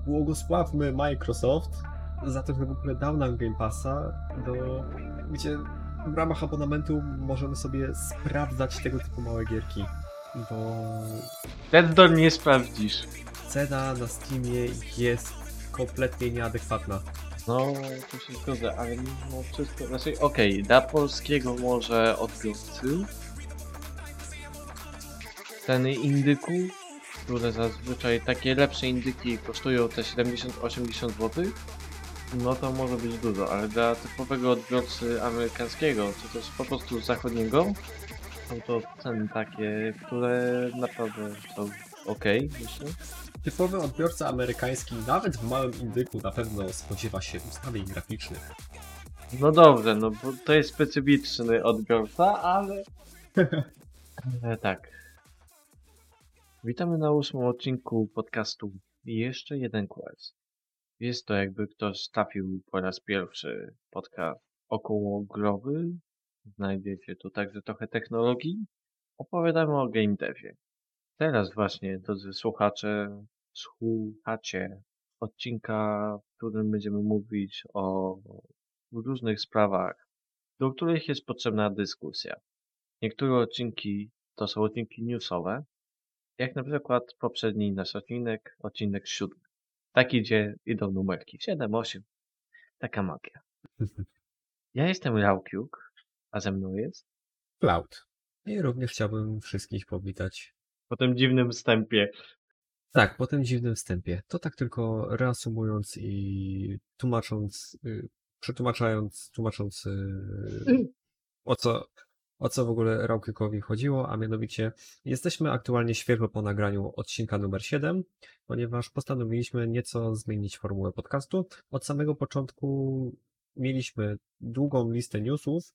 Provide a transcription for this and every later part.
błogosławmy Microsoft za to, że w ogóle dał nam Game Passa, gdzie w ramach abonamentu możemy sobie sprawdzać tego typu małe gierki, bo Ten nie sprawdzisz. cena na Steamie jest kompletnie nieadekwatna. No, tu się zgodzę, ale mimo wszystko, znaczy okej, dla polskiego może odbiorcy ceny indyków, które zazwyczaj takie lepsze indyki kosztują te 70-80 zł, no to może być dużo, ale dla typowego odbiorcy amerykańskiego, czy też po prostu zachodniego, są to ceny takie, które naprawdę są okej, myślę. Typowy odbiorca amerykański, nawet w małym indyku, na pewno spodziewa się ustawień graficznych. No dobrze, no bo to jest specyficzny odbiorca, ale... tak. Witamy na 8. odcinku podcastu Jeszcze jeden quest. Jest to jakby ktoś trafił po raz pierwszy podcast okołogrowy. Znajdziecie tu także trochę technologii. Opowiadamy o game devie. Teraz właśnie, drodzy słuchacze, słuchacie odcinka, w którym będziemy mówić o różnych sprawach, do których jest potrzebna dyskusja. Niektóre odcinki to są odcinki newsowe, jak na przykład poprzedni nasz odcinek 7. Taki, gdzie idą numerki 7, 8. Taka magia. Ja jestem Raukiuk, a ze mną jest Cloud. I również chciałbym wszystkich powitać. po tym dziwnym wstępie. Tak, po tym dziwnym wstępie. To tak tylko reasumując i tłumacząc o co w ogóle Raukikowi chodziło, a mianowicie jesteśmy aktualnie świeżo po nagraniu odcinka numer 7, ponieważ postanowiliśmy nieco zmienić formułę podcastu. Od samego początku mieliśmy długą listę newsów,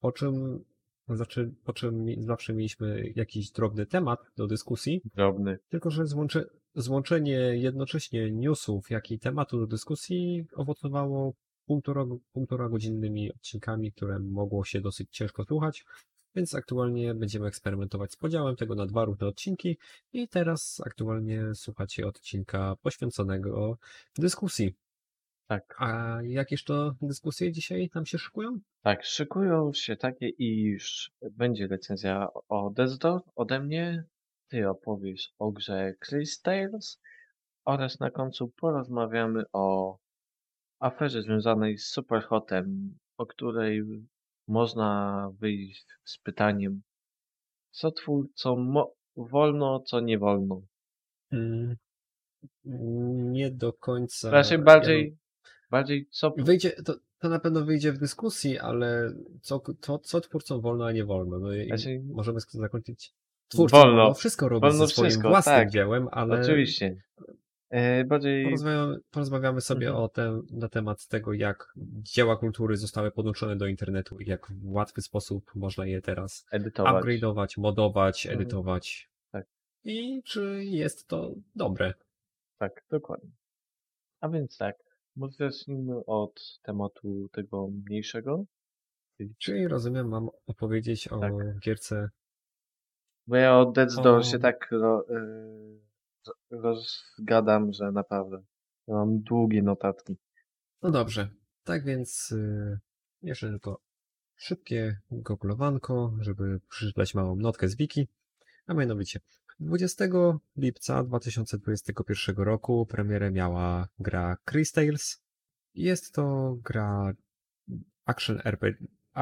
po czym zawsze mieliśmy jakiś drobny temat do dyskusji. Drobny. Tylko że złączenie jednocześnie newsów, jak i tematu do dyskusji owocowało półtora godzinnymi odcinkami, które mogło się dosyć ciężko słuchać, więc aktualnie będziemy eksperymentować z podziałem tego na 2 różne odcinki i teraz aktualnie słuchacie odcinka poświęconego dyskusji. Tak. A jakież to dyskusje dzisiaj nam się szykują? Tak, szykują się takie, iż będzie recenzja o Death Door ode mnie, ty opowiesz o grze Chris Tales oraz na końcu porozmawiamy o aferze związanej z Superhotem, o której można wyjść z pytaniem, co twórcom wolno, co nie wolno. Mm, nie do końca. Raczej bardziej co... To na pewno wyjdzie w dyskusji, ale co twórcom wolno, a nie wolno? No i Raczej możemy zakończyć. Twórcom wolno wolno. wszystko robić Wolno ze swoim wszystko, własnym tak. dziełem, ale Oczywiście. Bardziej... porozmawiamy sobie na temat tego, jak dzieła kultury zostały podłączone do internetu i jak w łatwy sposób można je teraz edytować. upgrade'ować, modować, edytować. Tak. I czy jest to dobre? Tak, dokładnie. A więc tak, może zacznijmy od tematu tego mniejszego. Czyli rozumiem, mam opowiedzieć o gierce. Bo ja o Death's Door się tak rozgadam, że naprawdę mam długie notatki. No dobrze, tak więc jeszcze tylko szybkie googlowanko, żeby przeczytać małą notkę z wiki, a mianowicie 20 lipca 2021 roku premierę miała gra Chris Tales. Jest to gra action RPG,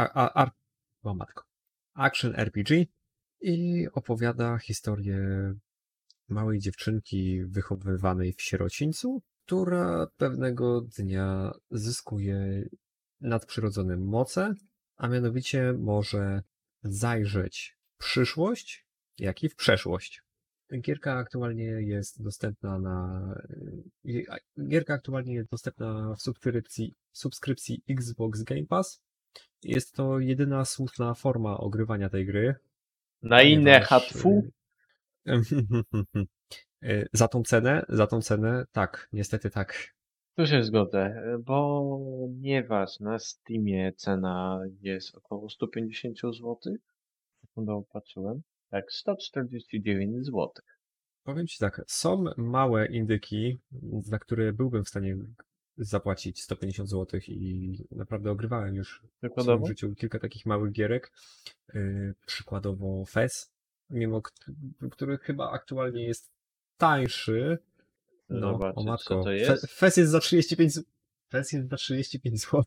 action RPG i opowiada historię małej dziewczynki wychowywanej w sierocińcu, która pewnego dnia zyskuje nadprzyrodzone moce, a mianowicie może zajrzeć w przyszłość, jak i w przeszłość. Gierka aktualnie jest dostępna w subskrypcji Xbox Game Pass. Jest to jedyna słuszna forma ogrywania tej gry. Na inne hatfu? Za tą cenę, tak, niestety tak. Tu się zgodzę, ponieważ na Steamie cena jest około 150 zł. Sekundę patrzyłem. Tak, 149 zł. Powiem ci tak, są małe indyki, za które byłbym w stanie zapłacić 150 zł i naprawdę ogrywałem już w swoim Przykładowo? życiu kilka takich małych gierek. Przykładowo FES, który chyba aktualnie jest tańszy. No, o Zobaczyć, co to matko, jest. FES jest za 35 FES jest za 35 zł.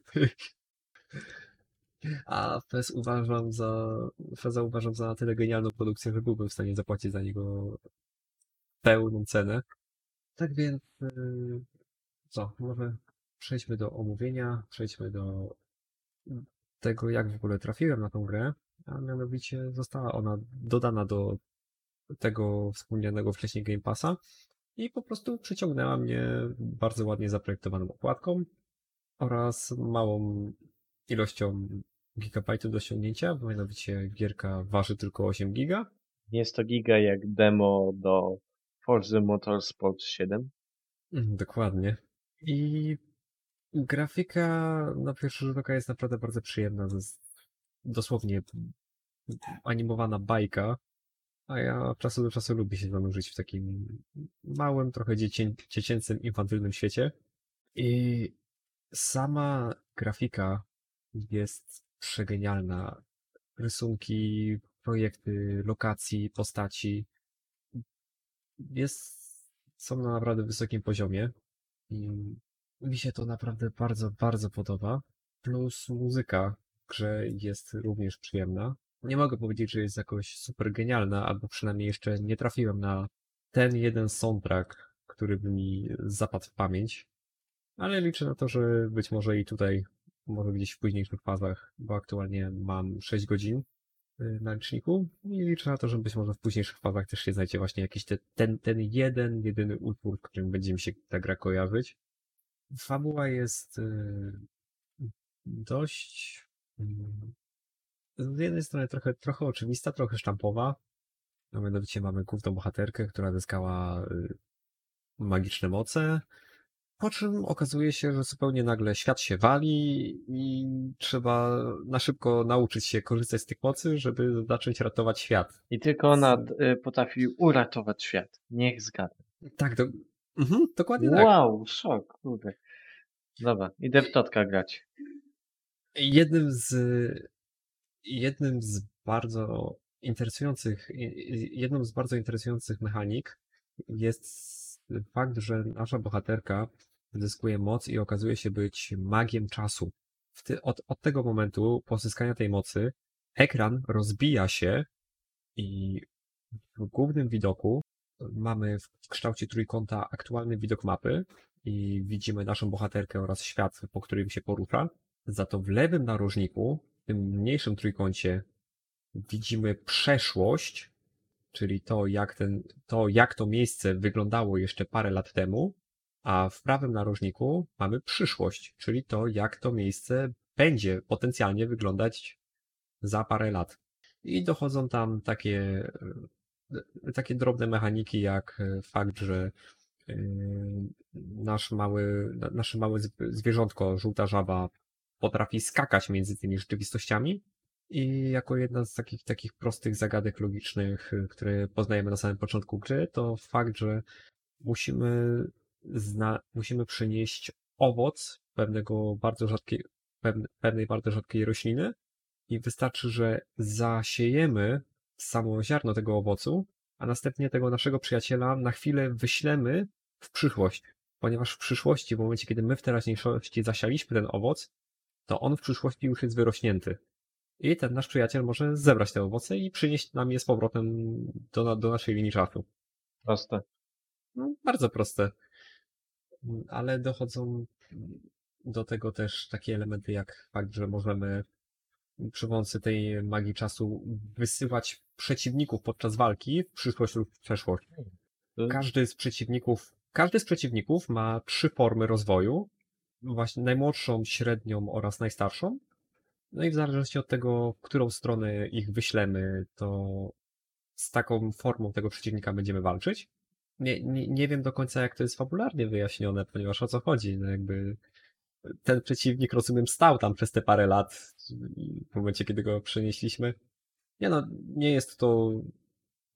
A FESa uważam za tyle genialną produkcję, że byłbym w stanie zapłacić za niego pełną cenę. Tak więc, co, może przejdźmy do omówienia, przejdźmy do tego, jak w ogóle trafiłem na tą grę, a mianowicie została ona dodana do tego wspomnianego wcześniej Game Passa i po prostu przyciągnęła mnie bardzo ładnie zaprojektowaną okładką oraz małą ilością gigabajtów do ściągnięcia, bo mianowicie gierka waży tylko 8 giga. Nie 100 giga jak demo do Forza Motorsport 7. Dokładnie. I grafika na pierwszy rzut oka jest naprawdę bardzo przyjemna. To jest dosłownie animowana bajka, a ja od czasu do czasu lubię się zanurzyć w takim małym, trochę dziecięcym, infantylnym świecie. I sama grafika jest przegenialna. Rysunki, projekty, lokacji, postaci jest, są na naprawdę wysokim poziomie i mi się to naprawdę bardzo, bardzo podoba. Plus muzyka w grze jest również przyjemna. Nie mogę powiedzieć, że jest jakoś super genialna, albo przynajmniej jeszcze nie trafiłem na ten jeden soundtrack, który by mi zapadł w pamięć, ale liczę na to, że być może i tutaj, może gdzieś w późniejszych fazach, bo aktualnie mam 6 godzin na liczniku i liczę na to, że być może w późniejszych fazach też się znajdzie właśnie jakiś ten jedyny utwór, w którym będzie mi się ta gra kojarzyć. Fabuła jest dość z jednej strony trochę oczywista, trochę sztampowa. No, mianowicie mamy główną bohaterkę, która zyskała magiczne moce, po czym okazuje się, że zupełnie nagle świat się wali i trzeba na szybko nauczyć się korzystać z tych mocy, żeby zacząć ratować świat. I tylko ona potrafi uratować świat. Niech zgadza. Tak, dokładnie tak. Wow, szok, kurde. Dobra, idę w Totka grać. Jednym z, jednym z bardzo interesujących, jedną z bardzo interesujących mechanik jest fakt, że nasza bohaterka zyskuje moc i okazuje się być magiem czasu. Od tego momentu pozyskania tej mocy ekran rozbija się i w głównym widoku mamy w kształcie trójkąta aktualny widok mapy i widzimy naszą bohaterkę oraz świat, po którym się porusza. Za to w lewym narożniku, w tym mniejszym trójkącie, widzimy przeszłość, czyli jak to miejsce wyglądało jeszcze parę lat temu, a w prawym narożniku mamy przyszłość, czyli to, jak to miejsce będzie potencjalnie wyglądać za parę lat. I dochodzą tam takie drobne mechaniki, jak fakt, że nasze małe zwierzątko, żółta żaba, potrafi skakać między tymi rzeczywistościami. I jako jedna z takich prostych zagadek logicznych, które poznajemy na samym początku gry, to fakt, że musimy, musimy przynieść owoc pewnej bardzo rzadkiej rośliny i wystarczy, że zasiejemy samo ziarno tego owocu, a następnie tego naszego przyjaciela na chwilę wyślemy w przyszłość. Ponieważ w przyszłości, w momencie, kiedy my w teraźniejszości zasialiśmy ten owoc, to on w przyszłości już jest wyrośnięty. I ten nasz przyjaciel może zebrać te owoce i przynieść nam je z powrotem do naszej linii czasu. Proste. No, bardzo proste. Ale dochodzą do tego też takie elementy jak fakt, że możemy przy pomocy tej magii czasu wysyłać przeciwników podczas walki w przyszłość lub w przeszłość. Każdy z przeciwników ma 3 formy rozwoju. Właśnie najmłodszą, średnią oraz najstarszą. No i w zależności od tego, w którą stronę ich wyślemy, to z taką formą tego przeciwnika będziemy walczyć. Nie wiem do końca, jak to jest fabularnie wyjaśnione, ponieważ o co chodzi? No jakby ten przeciwnik, rozumiem, stał tam przez te parę lat w momencie, kiedy go przenieśliśmy. Nie no, nie jest to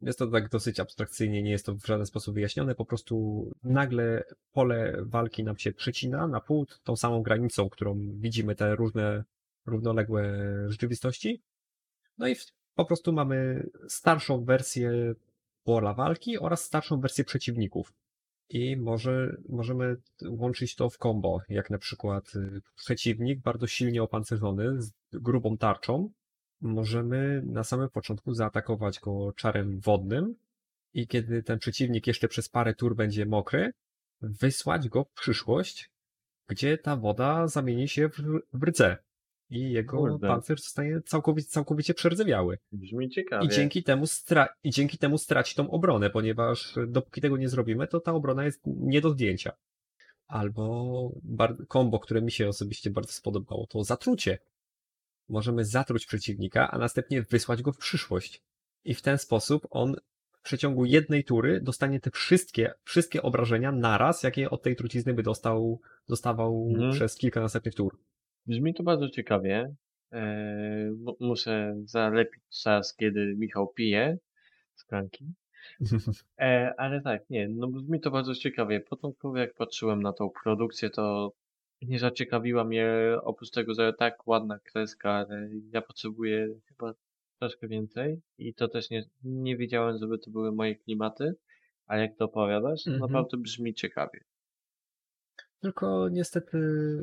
Jest to tak dosyć abstrakcyjnie, nie jest to w żaden sposób wyjaśnione, po prostu nagle pole walki nam się przecina na pół tą samą granicą, którą widzimy te różne równoległe rzeczywistości. No i po prostu mamy starszą wersję pola walki oraz starszą wersję przeciwników. I możemy łączyć to w combo, jak na przykład przeciwnik bardzo silnie opancerzony, z grubą tarczą. Możemy na samym początku zaatakować go czarem wodnym i kiedy ten przeciwnik jeszcze przez parę tur będzie mokry, wysłać go w przyszłość, gdzie ta woda zamieni się w rdze i jego Kurde. pancerz zostanie całkowicie przerdzewiały. Brzmi I ciekawie. dzięki temu straci tą obronę, ponieważ dopóki tego nie zrobimy, to ta obrona jest nie do zdjęcia. Albo combo, które mi się osobiście bardzo spodobało, to zatrucie. Możemy zatruć przeciwnika, a następnie wysłać go w przyszłość. I w ten sposób on w przeciągu jednej tury dostanie te wszystkie obrażenia naraz, jakie od tej trucizny by dostawał przez kilka następnych tur. Brzmi to bardzo ciekawie. Muszę zalepić czas, kiedy Michał pije szklanki. Ale tak, nie, no brzmi to bardzo ciekawie. Początkowo jak patrzyłem na tą produkcję, to nie zaciekawiła mnie, oprócz tego, że tak ładna kreska, ale ja potrzebuję chyba troszkę więcej i to też nie wiedziałem, żeby to były moje klimaty, a jak to opowiadasz, to naprawdę brzmi ciekawie. Tylko niestety,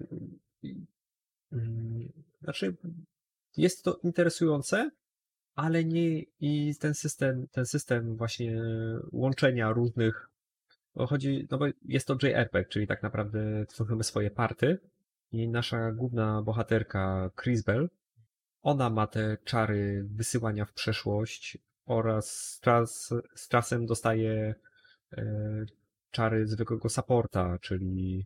znaczy jest to interesujące, ale nie i ten system właśnie łączenia różnych, bo jest to JRPG, czyli tak naprawdę tworzymy swoje party i nasza główna bohaterka Crisbel, ona ma te czary wysyłania w przeszłość oraz z czasem dostaje czary zwykłego supporta, czyli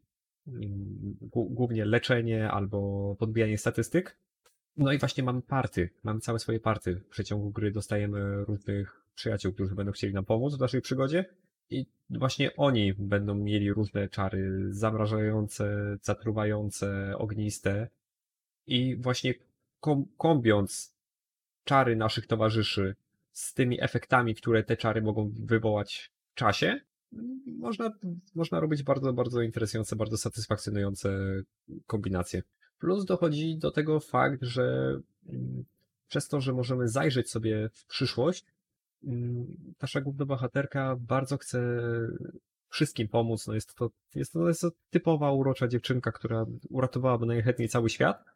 głównie leczenie albo podbijanie statystyk. No i właśnie mamy całe swoje party. W przeciągu gry dostajemy różnych przyjaciół, którzy będą chcieli nam pomóc w naszej przygodzie i właśnie oni będą mieli różne czary zamrażające, zatruwające, ogniste i właśnie kombiąc czary naszych towarzyszy z tymi efektami, które te czary mogą wywołać w czasie, można robić bardzo, bardzo interesujące, bardzo satysfakcjonujące kombinacje. Plus dochodzi do tego fakt, że przez to, że możemy zajrzeć sobie w przyszłość, nasza główna bohaterka bardzo chce wszystkim pomóc. No jest to typowa urocza dziewczynka, która uratowałaby najchętniej cały świat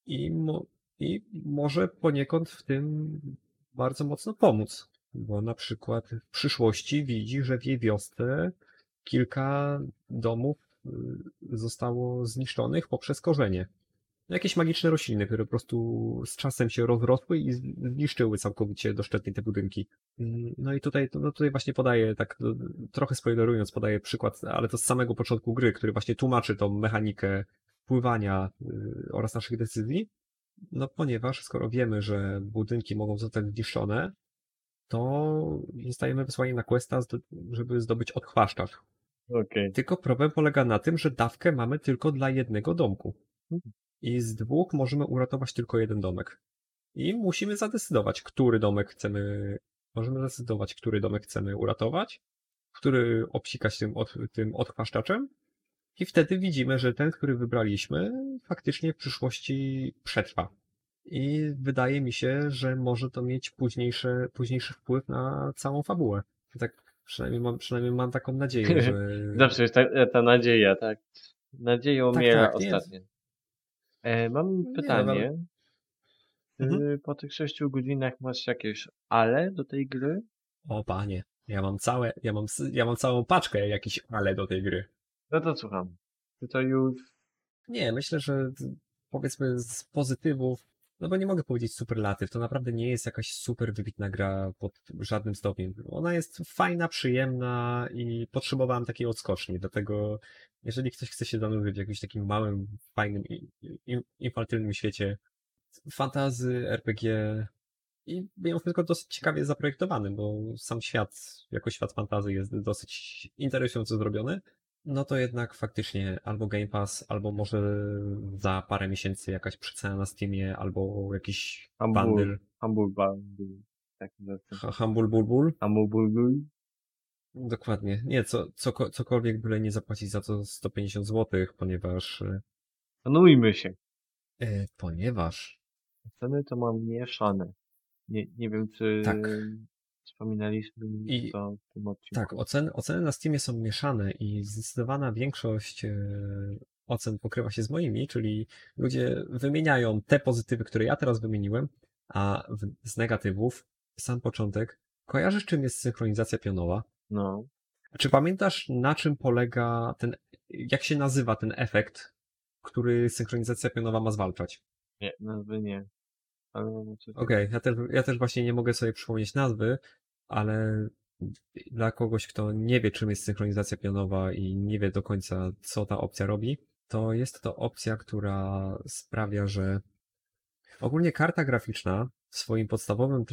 i może poniekąd w tym bardzo mocno pomóc. Bo na przykład w przyszłości widzi, że w jej wiosce kilka domów zostało zniszczonych poprzez korzenie. Jakieś magiczne rośliny, które po prostu z czasem się rozrosły i zniszczyły całkowicie doszczętnie te budynki. No i tutaj właśnie podaję, tak trochę spoilerując, podaję przykład, ale to z samego początku gry, który właśnie tłumaczy tą mechanikę wpływania oraz naszych decyzji. No ponieważ skoro wiemy, że budynki mogą zostać zniszczone, to zostajemy wysłani na questa, żeby zdobyć odchwaszczacz. Okej. Tylko problem polega na tym, że dawkę mamy tylko dla jednego domku. I z dwóch możemy uratować tylko jeden domek. I musimy zadecydować, możemy zadecydować, który domek chcemy uratować, który obsikać tym odchwaszczaczem. I wtedy widzimy, że ten, który wybraliśmy, faktycznie w przyszłości przetrwa. I wydaje mi się, że może to mieć późniejszy wpływ na całą fabułę. Tak przynajmniej mam taką nadzieję, że... Zawsze jest ta nadzieja, tak? Nadzieja umiera tak, nie. ostatnio. Mam Nie, pytanie. Mhm. Czy po tych 6 godzinach masz jakieś ale do tej gry? O panie, ja mam całą paczkę jakichś ale do tej gry. No to słucham. Czy to już... Nie, myślę, że powiedzmy z pozytywów, no bo nie mogę powiedzieć superlatyw, to naprawdę nie jest jakaś super wybitna gra pod żadnym stopniem. Ona jest fajna, przyjemna i potrzebowałem takiej odskoczni, dlatego jeżeli ktoś chce się zanurzyć w jakimś takim małym, fajnym, infantylnym świecie fantasy, RPG i mimo wszystko dosyć ciekawie zaprojektowany, bo sam świat, jako świat fantasy jest dosyć interesująco zrobiony, no to jednak faktycznie albo Game Pass, albo może za parę miesięcy jakaś przecena na Steamie, albo jakiś bundle. Hamburg Bundle. takim żartem. Humble Bulbul. Amobulbul. Dokładnie. Nie, cokolwiek byle nie zapłacić za to 150 zł, ponieważ... Szanujmy się. Ponieważ... Ceny to mam mieszane. Nie wiem, czy Tak. wspominaliśmy I to w tym odcinku. tak, oceny na Steamie są mieszane i zdecydowana większość ocen pokrywa się z moimi, czyli ludzie wymieniają te pozytywy, które ja teraz wymieniłem, a z negatywów, sam początek, kojarzysz, czym jest synchronizacja pionowa? No. Czy pamiętasz, na czym polega jak się nazywa ten efekt, który synchronizacja pionowa ma zwalczać? Nie, nazwy nie. Ale coś Okej, ja też właśnie nie mogę sobie przypomnieć nazwy, ale dla kogoś, kto nie wie, czym jest synchronizacja pionowa i nie wie do końca, co ta opcja robi, to jest to opcja, która sprawia, że ogólnie karta graficzna w swoim podstawowym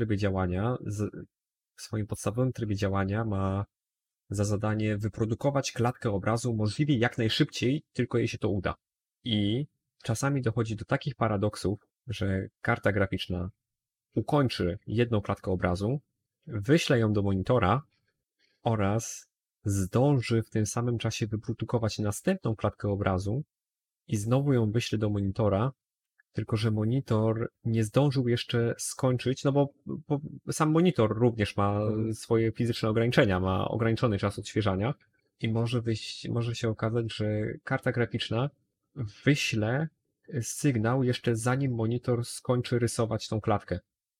trybie działania ma za zadanie wyprodukować klatkę obrazu możliwie jak najszybciej, tylko jej się to uda. I czasami dochodzi do takich paradoksów, że karta graficzna ukończy jedną klatkę obrazu, wyśle ją do monitora oraz zdąży w tym samym czasie wyprodukować następną klatkę obrazu i znowu ją wyśle do monitora, tylko że monitor nie zdążył jeszcze skończyć, no bo sam monitor również ma swoje fizyczne ograniczenia, ma ograniczony czas odświeżania i może się okazać, że karta graficzna wyśle sygnał jeszcze zanim monitor skończy rysować tą klatkę.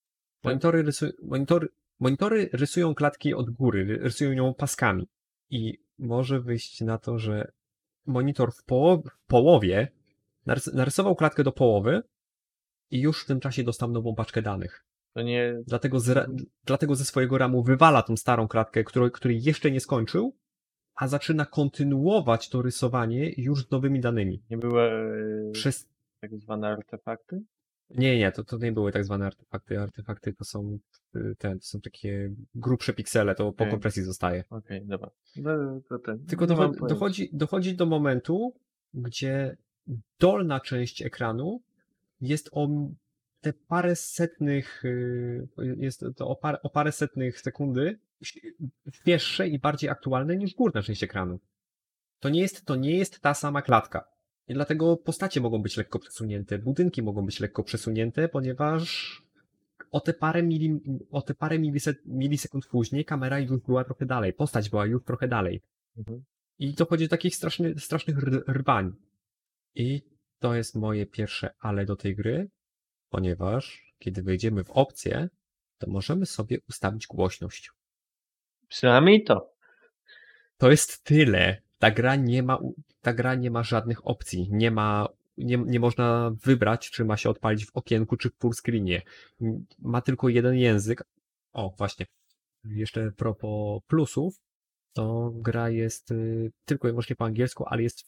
Monitory rysują klatki od góry, rysują ją paskami i może wyjść na to, że monitor w połowie narysował klatkę do połowy i już w tym czasie dostał nową paczkę danych. To nie... Dlatego ze swojego RAMu wywala tą starą klatkę, której jeszcze nie skończył, a zaczyna kontynuować to rysowanie już z nowymi danymi. Nie były Przez... tak zwane artefakty? Nie, to nie były tak zwane artefakty. Artefakty to są to są takie grubsze piksele, to po kompresji zostaje. Okej, dobra. No, Tylko dochodzi do momentu, gdzie dolna część ekranu jest o te parę setnych, jest to o parę setnych sekundy świeższe i bardziej aktualne niż górna część ekranu. To nie jest ta sama klatka. I dlatego postacie mogą być lekko przesunięte, budynki mogą być lekko przesunięte, ponieważ o te parę milisekund później kamera już była trochę dalej, postać była już trochę dalej. I dochodzi do takich strasznych rwań. I to jest moje pierwsze ale do tej gry, ponieważ kiedy wejdziemy w opcję, to możemy sobie ustawić głośność. Przynajmniej to. To jest tyle. Ta gra nie ma żadnych opcji. Nie można wybrać, czy ma się odpalić w okienku, czy w full screenie. Ma tylko jeden język. O, właśnie. Jeszcze propos plusów, to gra jest tylko i wyłącznie po angielsku, ale jest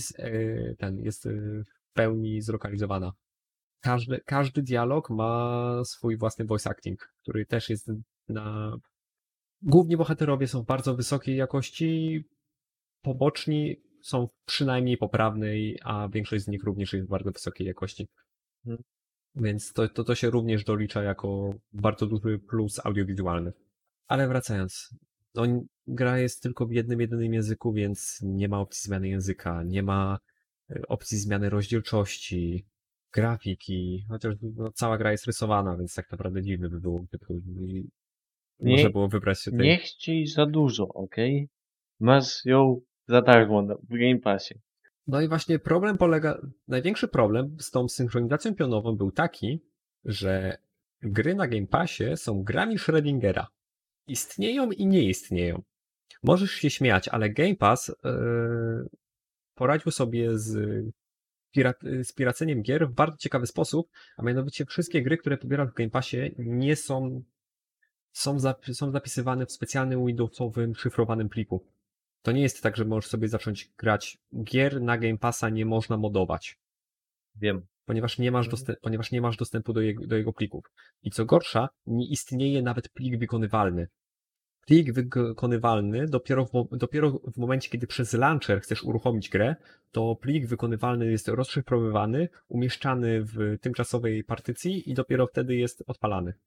w pełni zlokalizowana. Każdy dialog ma swój własny voice acting, który też jest Główni bohaterowie są w bardzo wysokiej jakości, poboczni są przynajmniej poprawnej, a większość z nich również jest w bardzo wysokiej jakości. Więc to się również dolicza jako bardzo duży plus audiowizualny. Ale wracając, gra jest tylko w jedynym języku, więc nie ma opcji zmiany języka, nie ma opcji zmiany rozdzielczości, grafiki, chociaż cała gra jest rysowana, więc tak naprawdę dziwne by było, gdyby można było wybrać się tutaj. Nie chciej za dużo, okej? Masz ją za darmo w Game Passie. No i właśnie największy problem z tą synchronizacją pionową był taki, że gry na Game Passie są grami Schrödingera. Istnieją i nie istnieją. Możesz się śmiać, ale Game Pass poradził sobie z piraceniem gier w bardzo ciekawy sposób, a mianowicie wszystkie gry, które pobierasz w Game Passie nie są zapisywane w specjalnym Windowsowym szyfrowanym pliku. To nie jest tak, że możesz sobie zacząć grać gier na Game Passa, nie można modować. Wiem. Ponieważ nie masz dostępu do jego plików. I co gorsza, nie istnieje nawet plik wykonywalny. Plik wykonywalny dopiero w momencie, kiedy przez launcher chcesz uruchomić grę, to plik wykonywalny jest rozszyfrowywany, umieszczany w tymczasowej partycji i dopiero wtedy jest odpalany.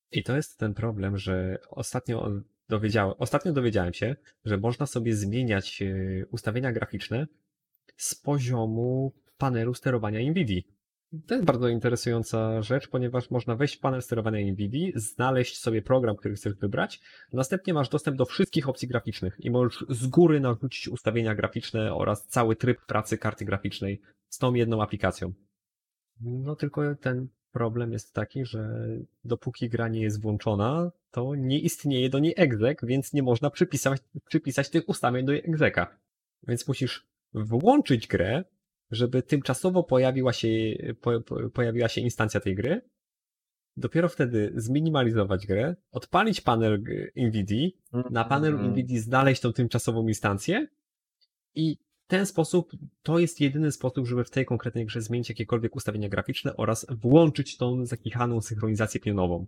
I to jest ten problem, że ostatnio dowiedziałem się, że można sobie zmieniać ustawienia graficzne z poziomu panelu sterowania NVIDII. To jest bardzo interesująca rzecz, ponieważ można wejść w panel sterowania NVIDII, znaleźć sobie program, który chcesz wybrać, następnie masz dostęp do wszystkich opcji graficznych i możesz z góry narzucić ustawienia graficzne oraz cały tryb pracy karty graficznej z tą jedną aplikacją. No tylko ten problem jest taki, że dopóki gra nie jest włączona, to nie istnieje do niej exec, więc nie można przypisać tych ustawień do execa. Więc musisz włączyć grę, żeby tymczasowo pojawiła się instancja tej gry. Dopiero wtedy zminimalizować grę, odpalić panel NVIDII, na panelu NVIDII znaleźć tą tymczasową instancję i w ten sposób to jest jedyny sposób, żeby w tej konkretnej grze zmienić jakiekolwiek ustawienia graficzne oraz włączyć tą zakichaną synchronizację pionową.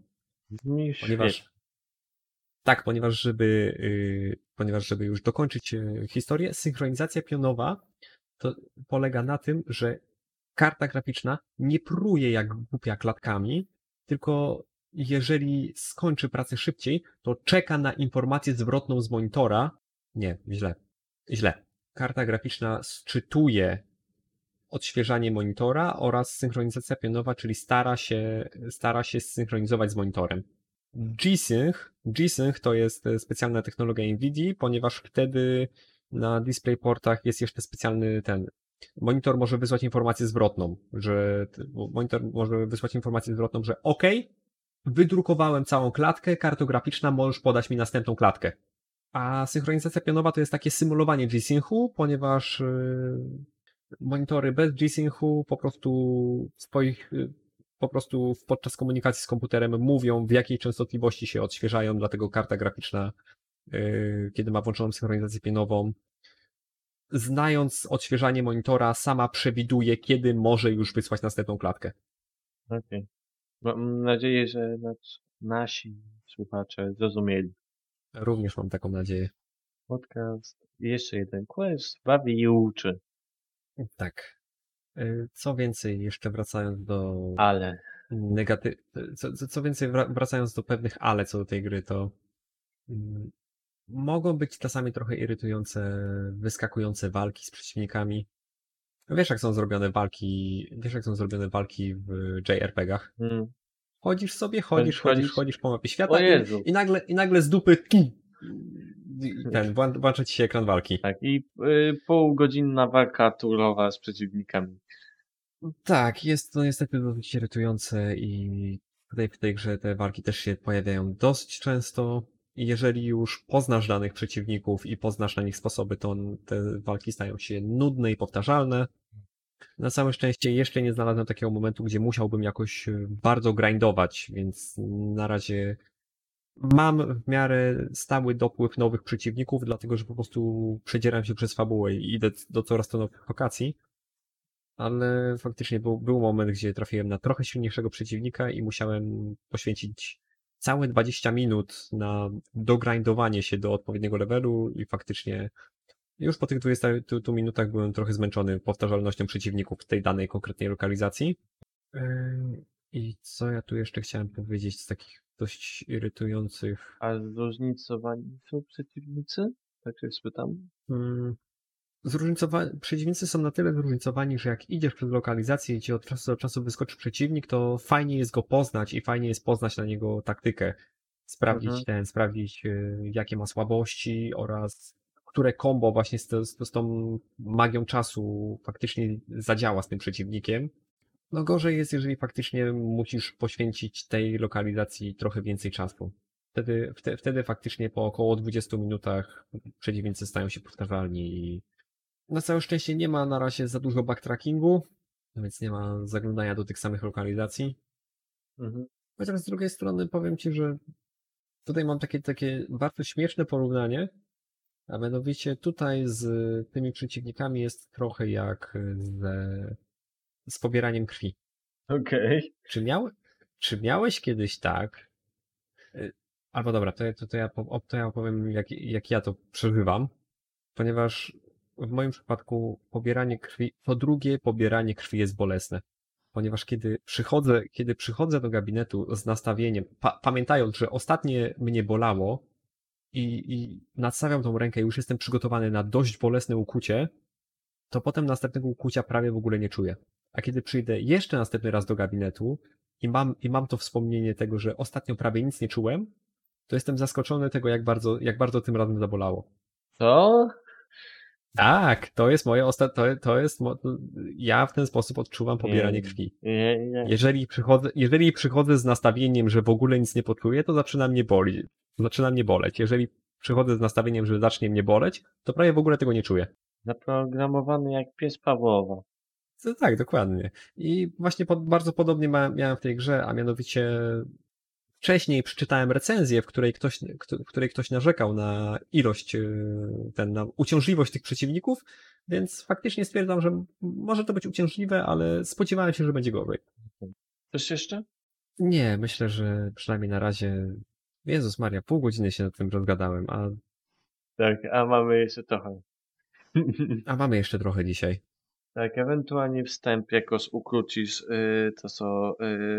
Ponieważ żeby już dokończyć historię, synchronizacja pionowa to polega na tym, że karta graficzna nie pruje jak głupia klatkami, tylko jeżeli skończy pracę szybciej, to czeka na informację zwrotną z monitora. Nie, źle. Karta graficzna sczytuje odświeżanie monitora oraz synchronizacja pionowa, czyli stara się zsynchronizować z monitorem. G-Sync to jest specjalna technologia NVIDII, ponieważ wtedy na DisplayPortach jest jeszcze specjalny monitor może wysłać informację zwrotną, że OK, wydrukowałem całą klatkę kartograficzna, możesz podać mi następną klatkę. A synchronizacja pionowa to jest takie symulowanie G-Syncu, ponieważ monitory bez G-Syncu po prostu podczas komunikacji z komputerem mówią, w jakiej częstotliwości się odświeżają, dlatego karta graficzna, kiedy ma włączoną synchronizację pionową, znając odświeżanie monitora, sama przewiduje, kiedy może już wysłać następną klatkę. Okej. Mam nadzieję, że nasi słuchacze zrozumieli. Również mam taką nadzieję. Podcast, jeszcze jeden quest, bawi i uczy. Tak. Co więcej, jeszcze wracając do Ale. Co więcej, wracając do pewnych ale co do tej gry, to mogą być czasami trochę irytujące, wyskakujące walki z przeciwnikami. Wiesz, jak są zrobione walki w JRPG-ach? Chodzisz sobie, chodzisz po mapie świata i nagle z dupy włącza ci się ekran walki. Tak, i półgodzinna walka turowa z przeciwnikami. Tak, jest to niestety dosyć irytujące i tutaj w tej grze te walki też się pojawiają dosyć często. I jeżeli już poznasz danych przeciwników i poznasz na nich sposoby, to te walki stają się nudne i powtarzalne. Na całe szczęście jeszcze nie znalazłem takiego momentu, gdzie musiałbym jakoś bardzo grindować, więc na razie mam w miarę stały dopływ nowych przeciwników, dlatego że po prostu przedzieram się przez fabułę i idę do coraz to nowych lokacji. Ale faktycznie był moment, gdzie trafiłem na trochę silniejszego przeciwnika i musiałem poświęcić całe 20 minut na dogrindowanie się do odpowiedniego levelu i faktycznie już po tych 20 minutach byłem trochę zmęczony powtarzalnością przeciwników w tej danej konkretnej lokalizacji. I co ja tu jeszcze chciałem powiedzieć z takich dość irytujących... A zróżnicowani są przeciwnicy? Tak się spytam. Przeciwnicy są na tyle zróżnicowani, że jak idziesz przez lokalizację i ci od czasu do czasu wyskoczy przeciwnik, to fajnie jest go poznać i fajnie jest poznać na niego taktykę. Sprawdzić jakie ma słabości oraz które combo właśnie z tą magią czasu faktycznie zadziała z tym przeciwnikiem. No gorzej jest, jeżeli faktycznie musisz poświęcić tej lokalizacji trochę więcej czasu. Wtedy faktycznie po około 20 minutach przeciwnicy stają się powtarzalni i na całe szczęście nie ma na razie za dużo backtrackingu, więc nie ma zaglądania do tych samych lokalizacji. Chociaż z drugiej strony powiem ci, że tutaj mam takie bardzo śmieszne porównanie, a mianowicie tutaj z tymi przeciwnikami jest trochę jak z pobieraniem krwi. Okej. Czy miałeś kiedyś tak, albo dobra, to ja opowiem jak ja to przeżywam, ponieważ w moim przypadku pobieranie krwi, po drugie pobieranie krwi jest bolesne. ponieważ kiedy przychodzę do gabinetu z nastawieniem, pamiętając, że ostatnie mnie bolało i nadstawiam tą rękę i już jestem przygotowany na dość bolesne ukucie, to potem następnego ukucia prawie w ogóle nie czuję. A kiedy przyjdę jeszcze następny raz do gabinetu i mam to wspomnienie tego, że ostatnio prawie nic nie czułem, to jestem zaskoczony tego, jak bardzo tym razem zabolało. Co? Tak, to jest moje to jest, ja w ten sposób odczuwam Nie, pobieranie krwi. nie. Jeżeli przychodzę z nastawieniem, że w ogóle nic nie poczuję, to zaczyna mnie boleć. Jeżeli przychodzę z nastawieniem, że zacznie mnie boleć, to prawie w ogóle tego nie czuję. Zaprogramowany jak pies Pawłowa. Tak, dokładnie. I właśnie bardzo podobnie miałem w tej grze, a mianowicie wcześniej przeczytałem recenzję, w której ktoś narzekał na ilość, na uciążliwość tych przeciwników, więc faktycznie stwierdzam, że może to być uciążliwe, ale spodziewałem się, że będzie gorzej. Coś jeszcze? Nie, myślę, że przynajmniej na razie, Jezus Maria, pół godziny się nad tym rozgadałem, Tak, a mamy jeszcze trochę. a mamy jeszcze trochę dzisiaj. Tak, ewentualnie wstęp jakoś ukrócisz to, co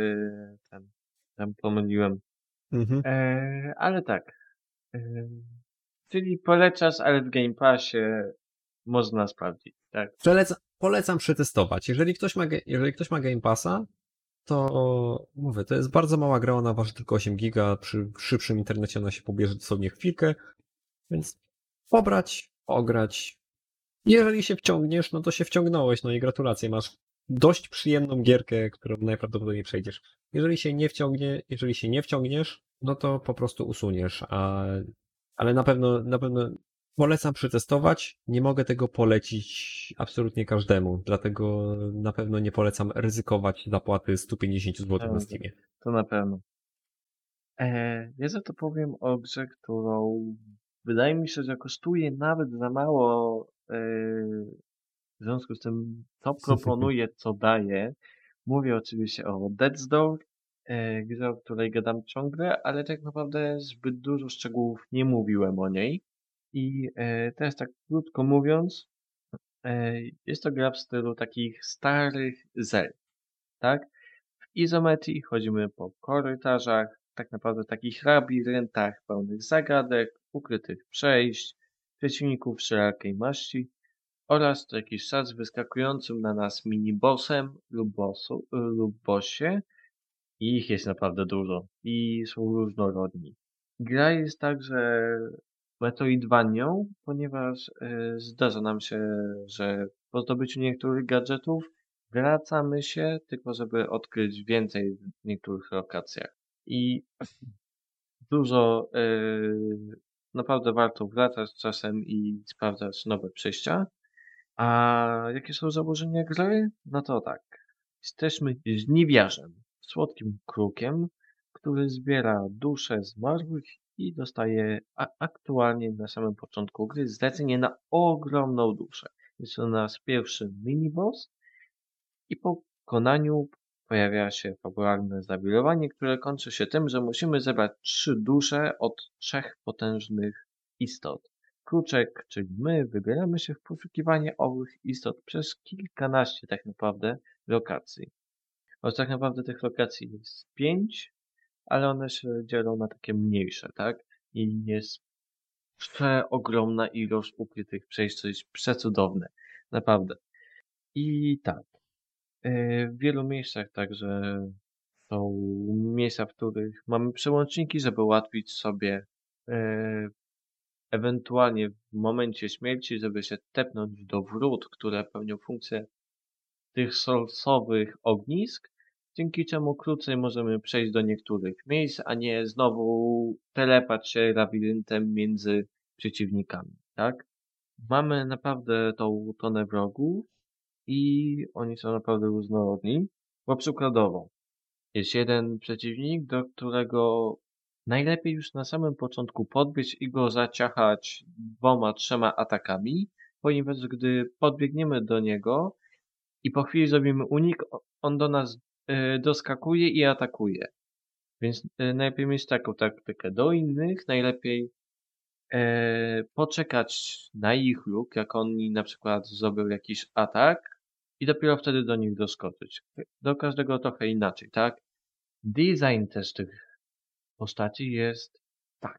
tam pomyliłem. Mhm. Ale tak. E, czyli polecasz, ale w Game Passie można sprawdzić, tak? Polecam przetestować. Jeżeli ktoś ma Game Passa, to mówię, to jest bardzo mała gra, ona waży tylko 8 giga, przy szybszym internecie ona się pobierze dosłownie chwilkę, więc pobrać, ograć. Jeżeli się wciągniesz, no to się wciągnąłeś, no i gratulacje, masz dość przyjemną gierkę, którą najprawdopodobniej przejdziesz. Jeżeli się nie wciągniesz, no to po prostu usuniesz, ale na pewno polecam przetestować. Nie mogę tego polecić absolutnie każdemu, dlatego na pewno nie polecam ryzykować zapłaty 150 zł na Tak, Steamie. to na pewno. Ja za to powiem o grze, którą wydaje mi się, że kosztuje nawet za mało w związku z tym, co proponuje, co daje. Mówię oczywiście o Death's Door, grze, o której gadam ciągle, ale tak naprawdę zbyt dużo szczegółów nie mówiłem o niej. I teraz tak krótko mówiąc, jest to gra w stylu takich starych Zelda, tak? W izometrii chodzimy po korytarzach, tak naprawdę takich labiryntach pełnych zagadek, ukrytych przejść, przeciwników wszelakiej maści oraz co jakiś czas wyskakującym na nas mini-bossem lub bossie. I ich jest naprawdę dużo i są różnorodni. Gra jest także Metroidvanią, ponieważ zdarza nam się, że po zdobyciu niektórych gadżetów wracamy się, tylko żeby odkryć więcej w niektórych lokacjach. I dużo, naprawdę warto wracać czasem i sprawdzać nowe przejścia. A jakie są założenia gry? No to tak. Jesteśmy żniwiarzem, słodkim krukiem, który zbiera dusze zmarłych i dostaje aktualnie na samym początku gry zlecenie na ogromną duszę. Jest to nasz pierwszy miniboss i po pokonaniu pojawia się fabularne zawirowanie, które kończy się tym, że musimy zebrać 3 dusze od 3 potężnych istot. Kruczek, czyli my, wybieramy się w poszukiwanie owych istot przez kilkanaście tak naprawdę lokacji. Choć tak naprawdę tych lokacji jest 5, ale one się dzielą na takie mniejsze, tak? I jest przeogromna ilość ukrytych przejść, co jest przecudowne. Naprawdę. I tak. W wielu miejscach także są miejsca, w których mamy przełączniki, żeby ułatwić sobie e, ewentualnie w momencie śmierci, żeby się tepnąć do wrót, które pełnią funkcję tych solsowych ognisk, dzięki czemu krócej możemy przejść do niektórych miejsc, a nie znowu telepać się labiryntem między przeciwnikami, tak? Mamy naprawdę tą tonę wrogów i oni są naprawdę różnorodni, bo przykładowo jest jeden przeciwnik, do którego najlepiej już na samym początku podbiec i go zaciachać 2, 3 atakami, ponieważ gdy podbiegniemy do niego i po chwili zrobimy unik, on do nas doskakuje i atakuje. Więc najlepiej mieć taką taktykę. Do innych najlepiej poczekać na ich luk, jak oni na przykład zrobią jakiś atak i dopiero wtedy do nich doskoczyć. Do każdego trochę inaczej, tak? Design też tych postaci jest tak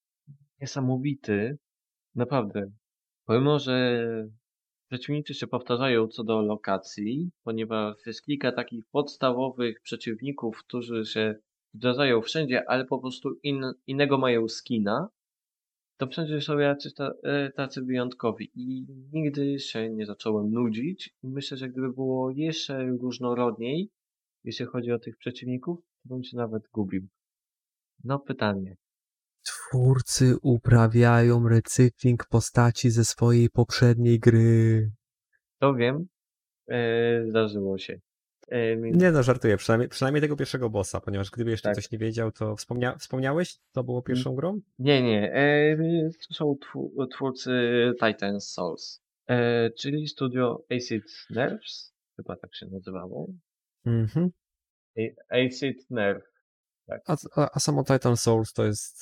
niesamowity, naprawdę. Pomimo, że przeciwnicy się powtarzają co do lokacji, ponieważ jest kilka takich podstawowych przeciwników, którzy się zdarzają wszędzie, ale po prostu innego mają skina, to wszędzie są tacy wyjątkowi i nigdy się nie zacząłem nudzić i myślę, że gdyby było jeszcze różnorodniej, jeśli chodzi o tych przeciwników, to bym się nawet gubił. No pytanie. Twórcy uprawiają recykling postaci ze swojej poprzedniej gry. To wiem, zdarzyło się. Nie no, żartuję, przynajmniej tego pierwszego bossa, ponieważ gdyby jeszcze Tak. ktoś nie wiedział, to wspomniałeś, co było pierwszą grą? Nie. To są twórcy Titan Souls, czyli studio Acid Nerves, chyba tak się nazywało. Mhm. Acid Nerve, tak. A samo Titan Souls to jest...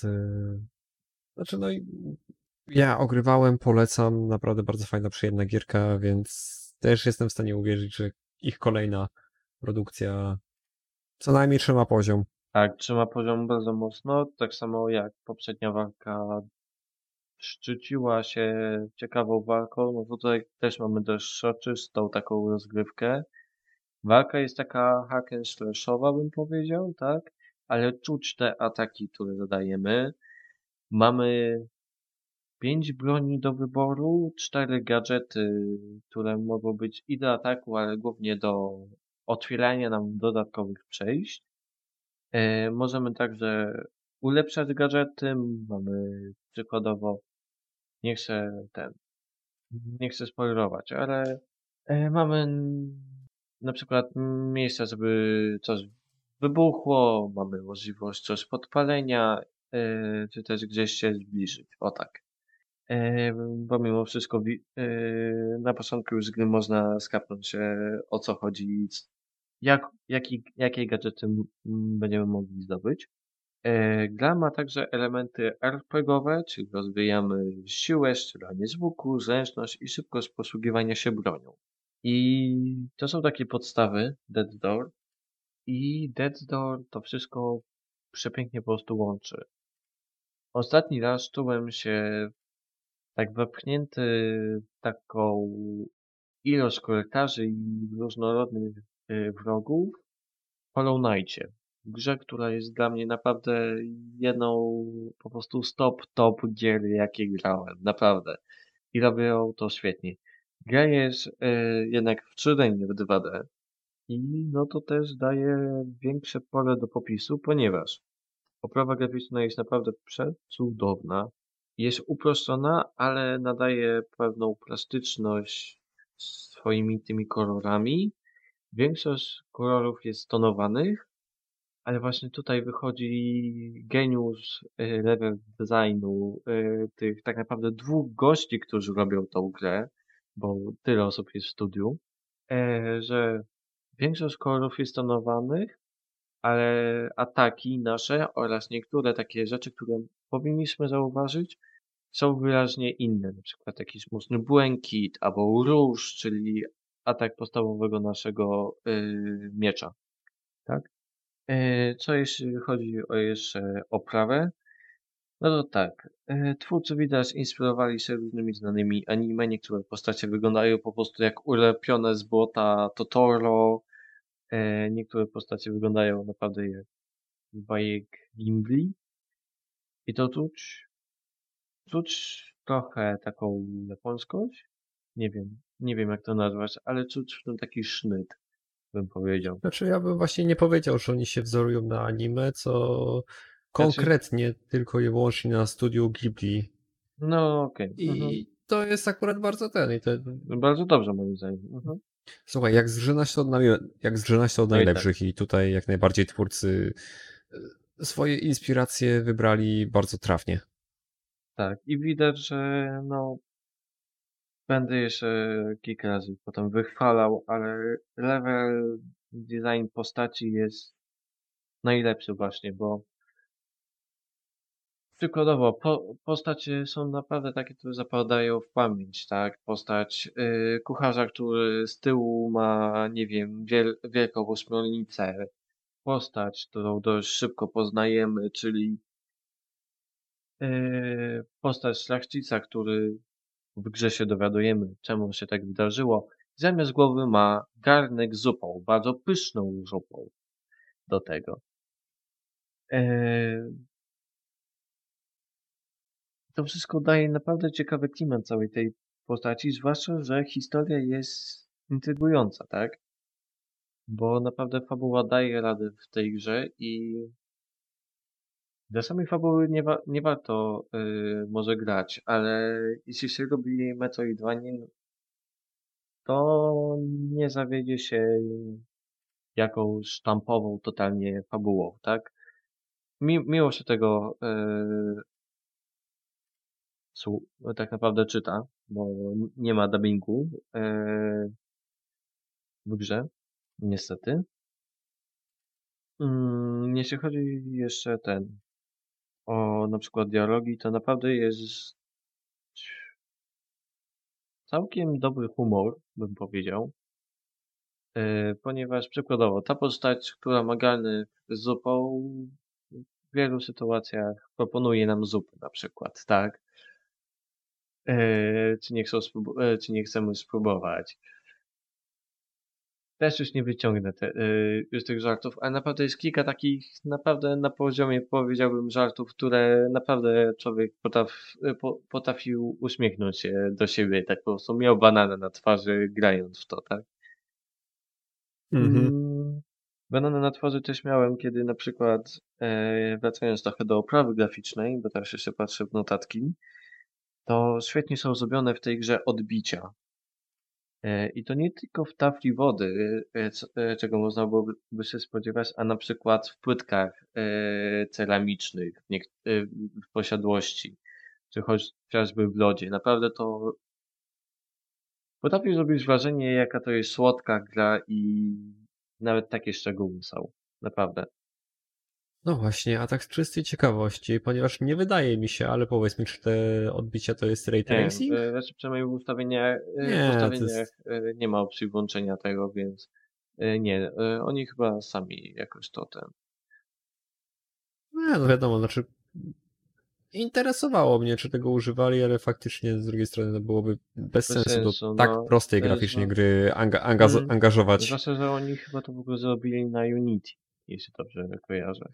Znaczy no i ja ogrywałem, polecam, naprawdę bardzo fajna, przyjemna gierka, więc też jestem w stanie uwierzyć, że ich kolejna produkcja co najmniej trzyma poziom. Tak, trzyma poziom bardzo mocno, tak samo jak poprzednia walka szczyciła się ciekawą walką, no tutaj też mamy dość soczystą taką rozgrywkę. Walka jest taka hack and slashowa, bym powiedział, tak? Ale czuć te ataki, które zadajemy. Mamy 5 broni do wyboru, 4 gadżety, które mogą być i do ataku, ale głównie do otwierania nam dodatkowych przejść. Możemy także ulepszać gadżety. Mamy przykładowo, nie chcę nie chcę spoilerować, ale mamy na przykład miejsca, żeby coś wybuchło, mamy możliwość coś podpalenia, czy też gdzieś się zbliżyć. O tak. Bo mimo wszystko na początku już gry można skapnąć się o co chodzi, jakie gadżety będziemy mogli zdobyć. Gra ma także elementy RPGowe, czyli rozwijamy siłę, strzelanie z łuku, zręczność i szybkość posługiwania się bronią. I to są takie podstawy Death's Door. I Death's Door to wszystko przepięknie po prostu łączy. Ostatni raz czułem się tak wepchnięty w taką ilość korytarzy i różnorodnych wrogów w Hollow Knightie. W grze, która jest dla mnie naprawdę jedną po prostu top gier, jakie grałem. Naprawdę. I robią to świetnie. Gra jest jednak w 3D, nie w 2D. I no to też daje większe pole do popisu, ponieważ oprawa graficzna jest naprawdę przecudowna. Jest uproszczona, ale nadaje pewną plastyczność swoimi tymi kolorami. Większość kolorów jest tonowanych, ale właśnie tutaj wychodzi geniusz level designu tych tak naprawdę 2 gości, którzy robią tą grę, bo tyle osób jest w studiu, że większość kolorów jest tonowanych, ale ataki nasze oraz niektóre takie rzeczy, które powinniśmy zauważyć, są wyraźnie inne. Na przykład jakiś mocny błękit albo róż, czyli atak podstawowego naszego miecza. Tak? Co jeśli chodzi o jeszcze oprawę? No to tak. Twórcy widać inspirowali się różnymi znanymi anime. Niektóre postacie wyglądają po prostu jak ulepione z błota Totoro. Niektóre postacie wyglądają naprawdę jak z bajek Ghibli. I to czuć trochę taką japońskość. Nie wiem jak to nazwać, ale czuć w tym taki sznyt, bym powiedział. Znaczy ja bym właśnie nie powiedział, że oni się wzorują na anime, co Znaczy, konkretnie tylko i wyłącznie na studiu Ghibli. no okej. I to jest akurat bardzo ten. Bardzo dobrze moim zdaniem. Słuchaj, jak zżynać to od No i tak. najlepszych i tutaj jak najbardziej twórcy swoje inspiracje wybrali bardzo trafnie. Tak. I widać, że no będę jeszcze kilka razy potem wychwalał, ale level design postaci jest najlepszy właśnie, bo przykładowo, postacie są naprawdę takie, które zapadają w pamięć, tak? Postać kucharza, który z tyłu ma, nie wiem, wielką ośmiornicę. Postać, którą dość szybko poznajemy, czyli postać szlachcica, który w grze się dowiadujemy, czemu się tak wydarzyło. Zamiast głowy ma garnek z zupą, bardzo pyszną zupą do tego. Eee, To wszystko daje naprawdę ciekawy klimat całej tej postaci, zwłaszcza, że historia jest intrygująca, tak? Bo naprawdę fabuła daje radę w tej grze i dla samej fabuły nie warto może grać, ale jeśli się lubi Metroidvania, to nie zawiedzie się jakąś sztampową totalnie fabułą, tak? Miło się tego tak naprawdę czyta, bo nie ma dubbingu w grze, niestety. Jeśli chodzi jeszcze o na przykład dialogi, to naprawdę jest całkiem dobry humor, bym powiedział. Ponieważ przykładowo ta postać, która ma garnek z zupą, w wielu sytuacjach proponuje nam zupę na przykład, tak? Czy nie chcemy spróbować? Też już nie wyciągnę już tych żartów, ale naprawdę jest kilka takich naprawdę na poziomie, powiedziałbym, żartów, które naprawdę człowiek potrafił uśmiechnąć się do siebie, tak po prostu miał banana na twarzy grając w to, tak? Mhm. Mm, Banana na twarzy też miałem, kiedy na przykład, wracając trochę do oprawy graficznej, bo teraz jeszcze patrzę w notatki, to świetnie są zrobione w tej grze odbicia. I to nie tylko w tafli wody, czego można byłoby się spodziewać, a na przykład w płytkach ceramicznych w posiadłości, czy chociażby w lodzie. Naprawdę to potrafi zrobić wrażenie, jaka to jest słodka gra i nawet takie szczegóły są. Naprawdę. No właśnie, a tak z czystej ciekawości, ponieważ nie wydaje mi się, ale powiedz mi, czy te odbicia to jest ray Nie, tracing? znaczy przynajmniej w Nie, to ustawieniach jest... nie ma opcji włączenia tego, więc nie, oni chyba sami jakoś to Nie, no wiadomo, znaczy interesowało mnie, czy tego używali, ale faktycznie z drugiej strony no byłoby bez bez sensu do sensu, tak no. prostej graficznie gry Mm, angażować Zwłaszcza, że oni chyba to w ogóle zrobili na Unity, jeśli dobrze kojarzę.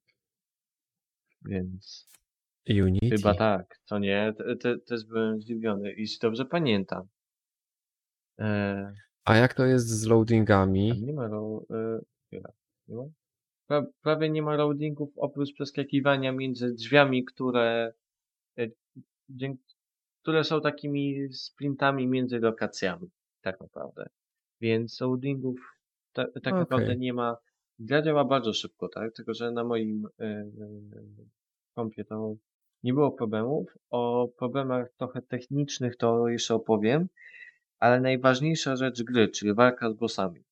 Więc chyba Unity. tak, co nie? Też byłem zdziwiony, jeśli dobrze pamiętam. E, A jak to jest z Tam loadingami? nie ma chwila, nie ma? Prawie nie ma loadingów oprócz przeskakiwania między drzwiami, e, dzięki, które są takimi sprintami między lokacjami, tak naprawdę. Więc loadingów tak naprawdę Okej. nie ma. Gra działa bardzo szybko, tak? Tylko, że na moim kompie to nie było problemów. O problemach trochę technicznych to jeszcze opowiem, ale najważniejsza rzecz gry, czyli walka z bossami.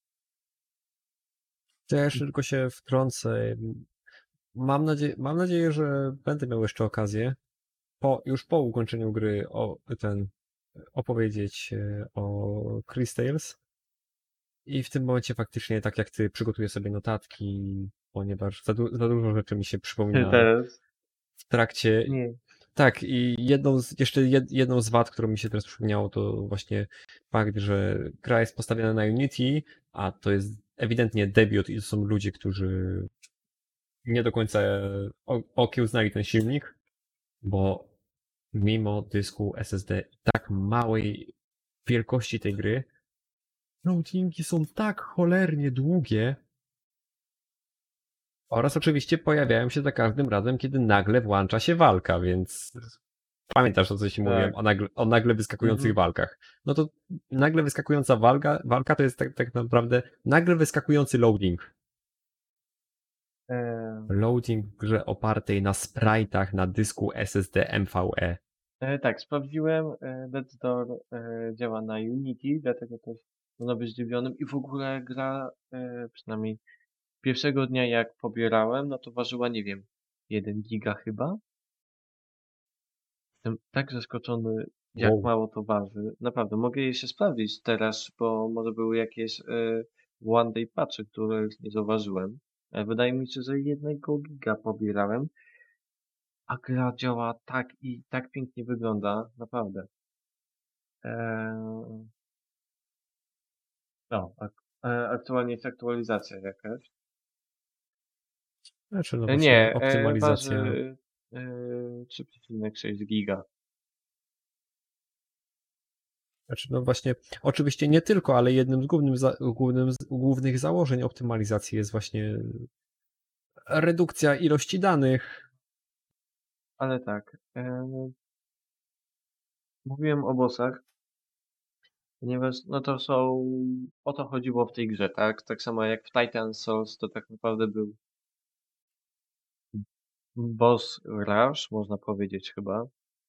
To ja jeszcze tylko się wtrącę. Mam nadzieję, że będę miał jeszcze okazję już po ukończeniu gry opowiedzieć o Chris Tales. I w tym momencie faktycznie, tak jak ty, przygotuję sobie notatki, ponieważ za dużo rzeczy mi się przypomina Teraz w trakcie. nie. Tak, i jedną z wad, którą mi się teraz przypomniało, to właśnie fakt, że gra jest postawiona na Unity, a to jest ewidentnie debiut i to są ludzie, którzy nie do końca okiełznali ten silnik, bo mimo dysku SSD tak małej wielkości tej gry, loadingi są tak cholernie długie oraz oczywiście pojawiają się za każdym razem, kiedy nagle włącza się walka, więc pamiętasz o co ci mówiłem, Tak. o nagle wyskakujących Mhm. walkach. No to nagle wyskakująca walka to jest tak naprawdę nagle wyskakujący loading. E, Loading w grze opartej na sprite'ach na dysku SSD MVE. tak, sprawdziłem. Death's Door działa na Unity, dlatego też można być zdziwionym. I w ogóle gra, przynajmniej pierwszego dnia jak pobierałem, no to ważyła, nie wiem, 1 giga chyba. Jestem tak zaskoczony, jak Wow. mało to waży. Naprawdę, mogę je się sprawdzić teraz, bo może były jakieś one day patchy, których nie zauważyłem. Wydaje mi się, że 1 giga pobierałem, a gra działa tak i tak pięknie wygląda, naprawdę. Eee, no, aktualnie jest aktualizacja jakaś. Znaczy, no właśnie Nie, optymalizacja. waży 3,6 giga. Znaczy, no właśnie, oczywiście nie tylko, ale jednym z głównych założeń optymalizacji jest właśnie redukcja ilości danych. Ale tak, mówiłem o bossach, ponieważ no to są, o to chodziło w tej grze, tak? Tak samo jak w Titan Souls to tak naprawdę był boss rush, można powiedzieć chyba.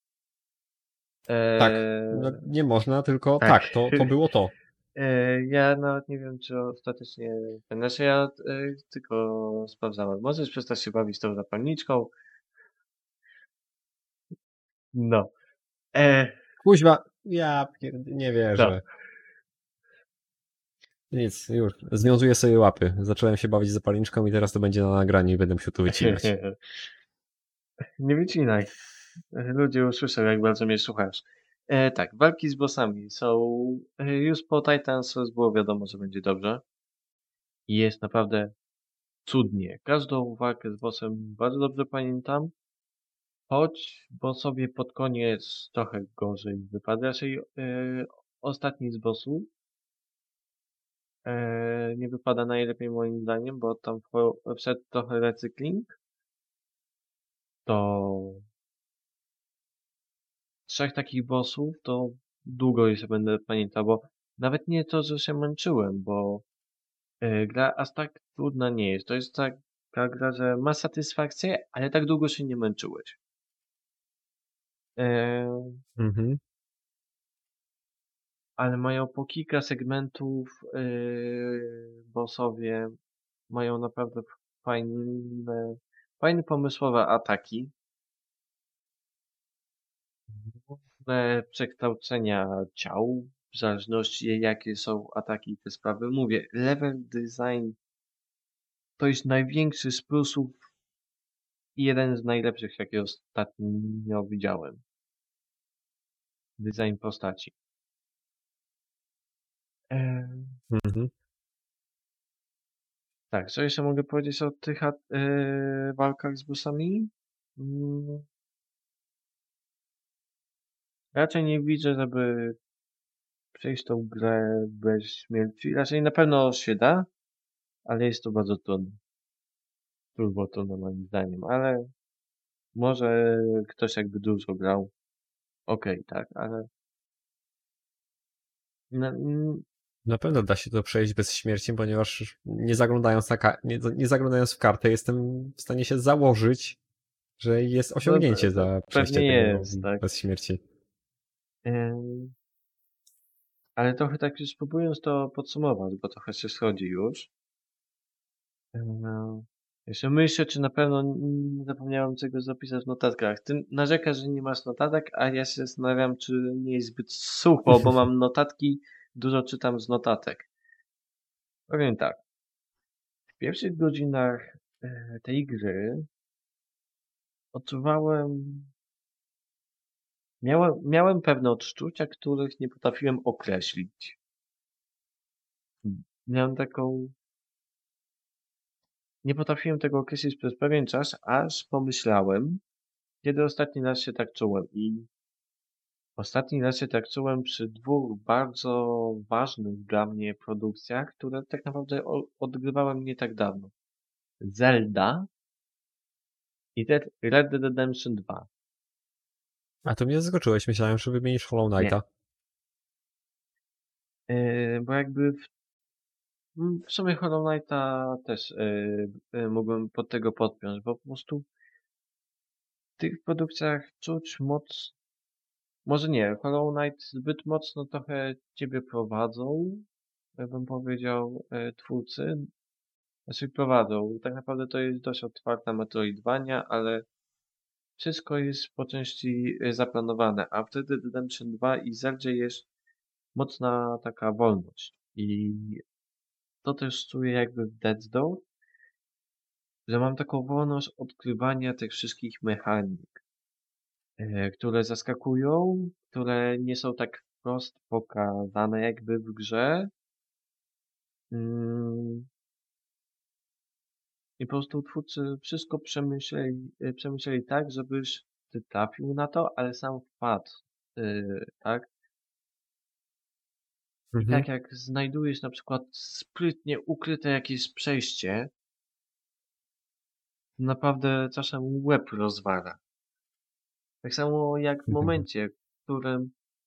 Tak, no, Eee, nie można, tylko tak. tak, to było to. Ja nawet nie wiem, czy ostatecznie, znaczy ja tylko sprawdzałem. Możesz przestać się bawić tą zapalniczką. No. E, Kuźwa, nie no. wierzę. Nic, już, związuję sobie łapy. Zacząłem się bawić zapalniczką i teraz to będzie na nagraniu i będę musiał to wycinać. Nie wycinaj. Ludzie usłyszą, jak bardzo mnie słuchasz. Tak, walki z bossami są. Już po Titan Souls było wiadomo, że będzie dobrze. I jest naprawdę cudnie. Każdą walkę z bossem bardzo dobrze pamiętam. Choć bossowie pod koniec trochę gorzej wypadł. Raczej ostatni z bossów nie wypada najlepiej moim zdaniem, bo tam wszedł trochę recykling. To 3 takich bossów to długo jeszcze będę pamiętał, bo nawet nie to, że się męczyłem, bo gra aż tak trudna nie jest. To jest taka gra, że ma satysfakcję, ale tak długo się nie męczyłeś. E, Mhm. ale mają po kilka segmentów bossowie, mają naprawdę fajne pomysłowe ataki. Różne przekształcenia ciał, w zależności jakie są ataki i te sprawy. Mówię, level design to jest największy z plusów i jeden z najlepszych, jakie ostatnio widziałem. Design postaci. Eee, Mhm. tak, co jeszcze mogę powiedzieć o tych walkach z bossami? Mm, raczej nie widzę, żeby przejść tą grę bez śmierci. Raczej na pewno się da, ale jest to bardzo trudne. Turbo trudne moim zdaniem, ale może ktoś jakby dużo grał. Okej, tak, ale no, Na pewno da się to przejść bez śmierci, ponieważ nie zaglądając, nie zaglądając w kartę, jestem w stanie się założyć, że jest no osiągnięcie to za przejście pewnie tego jest, tak. bez śmierci. Em, ale trochę tak już spróbując to podsumować, bo trochę się schodzi już. No. Jeszcze myślę, czy na pewno nie zapomniałem czegoś zapisać w notatkach. Ty narzekasz, że nie masz notatek, a ja się zastanawiam, czy nie jest zbyt sucho, bo mam notatki, dużo czytam z notatek. Powiem tak. W pierwszych godzinach tej gry odczuwałem, miałem pewne odczucia, których nie potrafiłem określić. Miałem taką, nie potrafiłem tego określić przez pewien czas, aż pomyślałem, kiedy ostatni raz się tak czułem. I ostatni raz się tak czułem przy dwóch bardzo ważnych dla mnie produkcjach, które tak naprawdę odgrywałem nie tak dawno. Zelda i Red Dead Redemption 2. A to mnie zaskoczyłeś, myślałem, że wymienisz Hollow Nie. Knighta. Bo jakby w sumie Hollow Knighta też mógłbym pod tego podpiąć, bo po prostu w tych produkcjach czuć moc. Może nie, Hollow Knight zbyt mocno trochę ciebie prowadzą, jak bym powiedział, twórcy. Znaczy prowadzą. Tak naprawdę to jest dość otwarta Metroidvania, ale wszystko jest po części zaplanowane, a w Red Dead Redemption 2 i Zeldzie jest mocna taka wolność. I to też czuję jakby w Dead Door, że mam taką wolność odkrywania tych wszystkich mechanik, które zaskakują, które nie są tak wprost pokazane jakby w grze. Mm, I po prostu twórcy wszystko przemyśleli tak, żebyś ty trafił na to, ale sam wpadł, tak? I Mhm. tak jak znajdujesz na przykład sprytnie ukryte jakieś przejście, naprawdę czasem łeb rozwala. Tak samo jak w momencie, w którym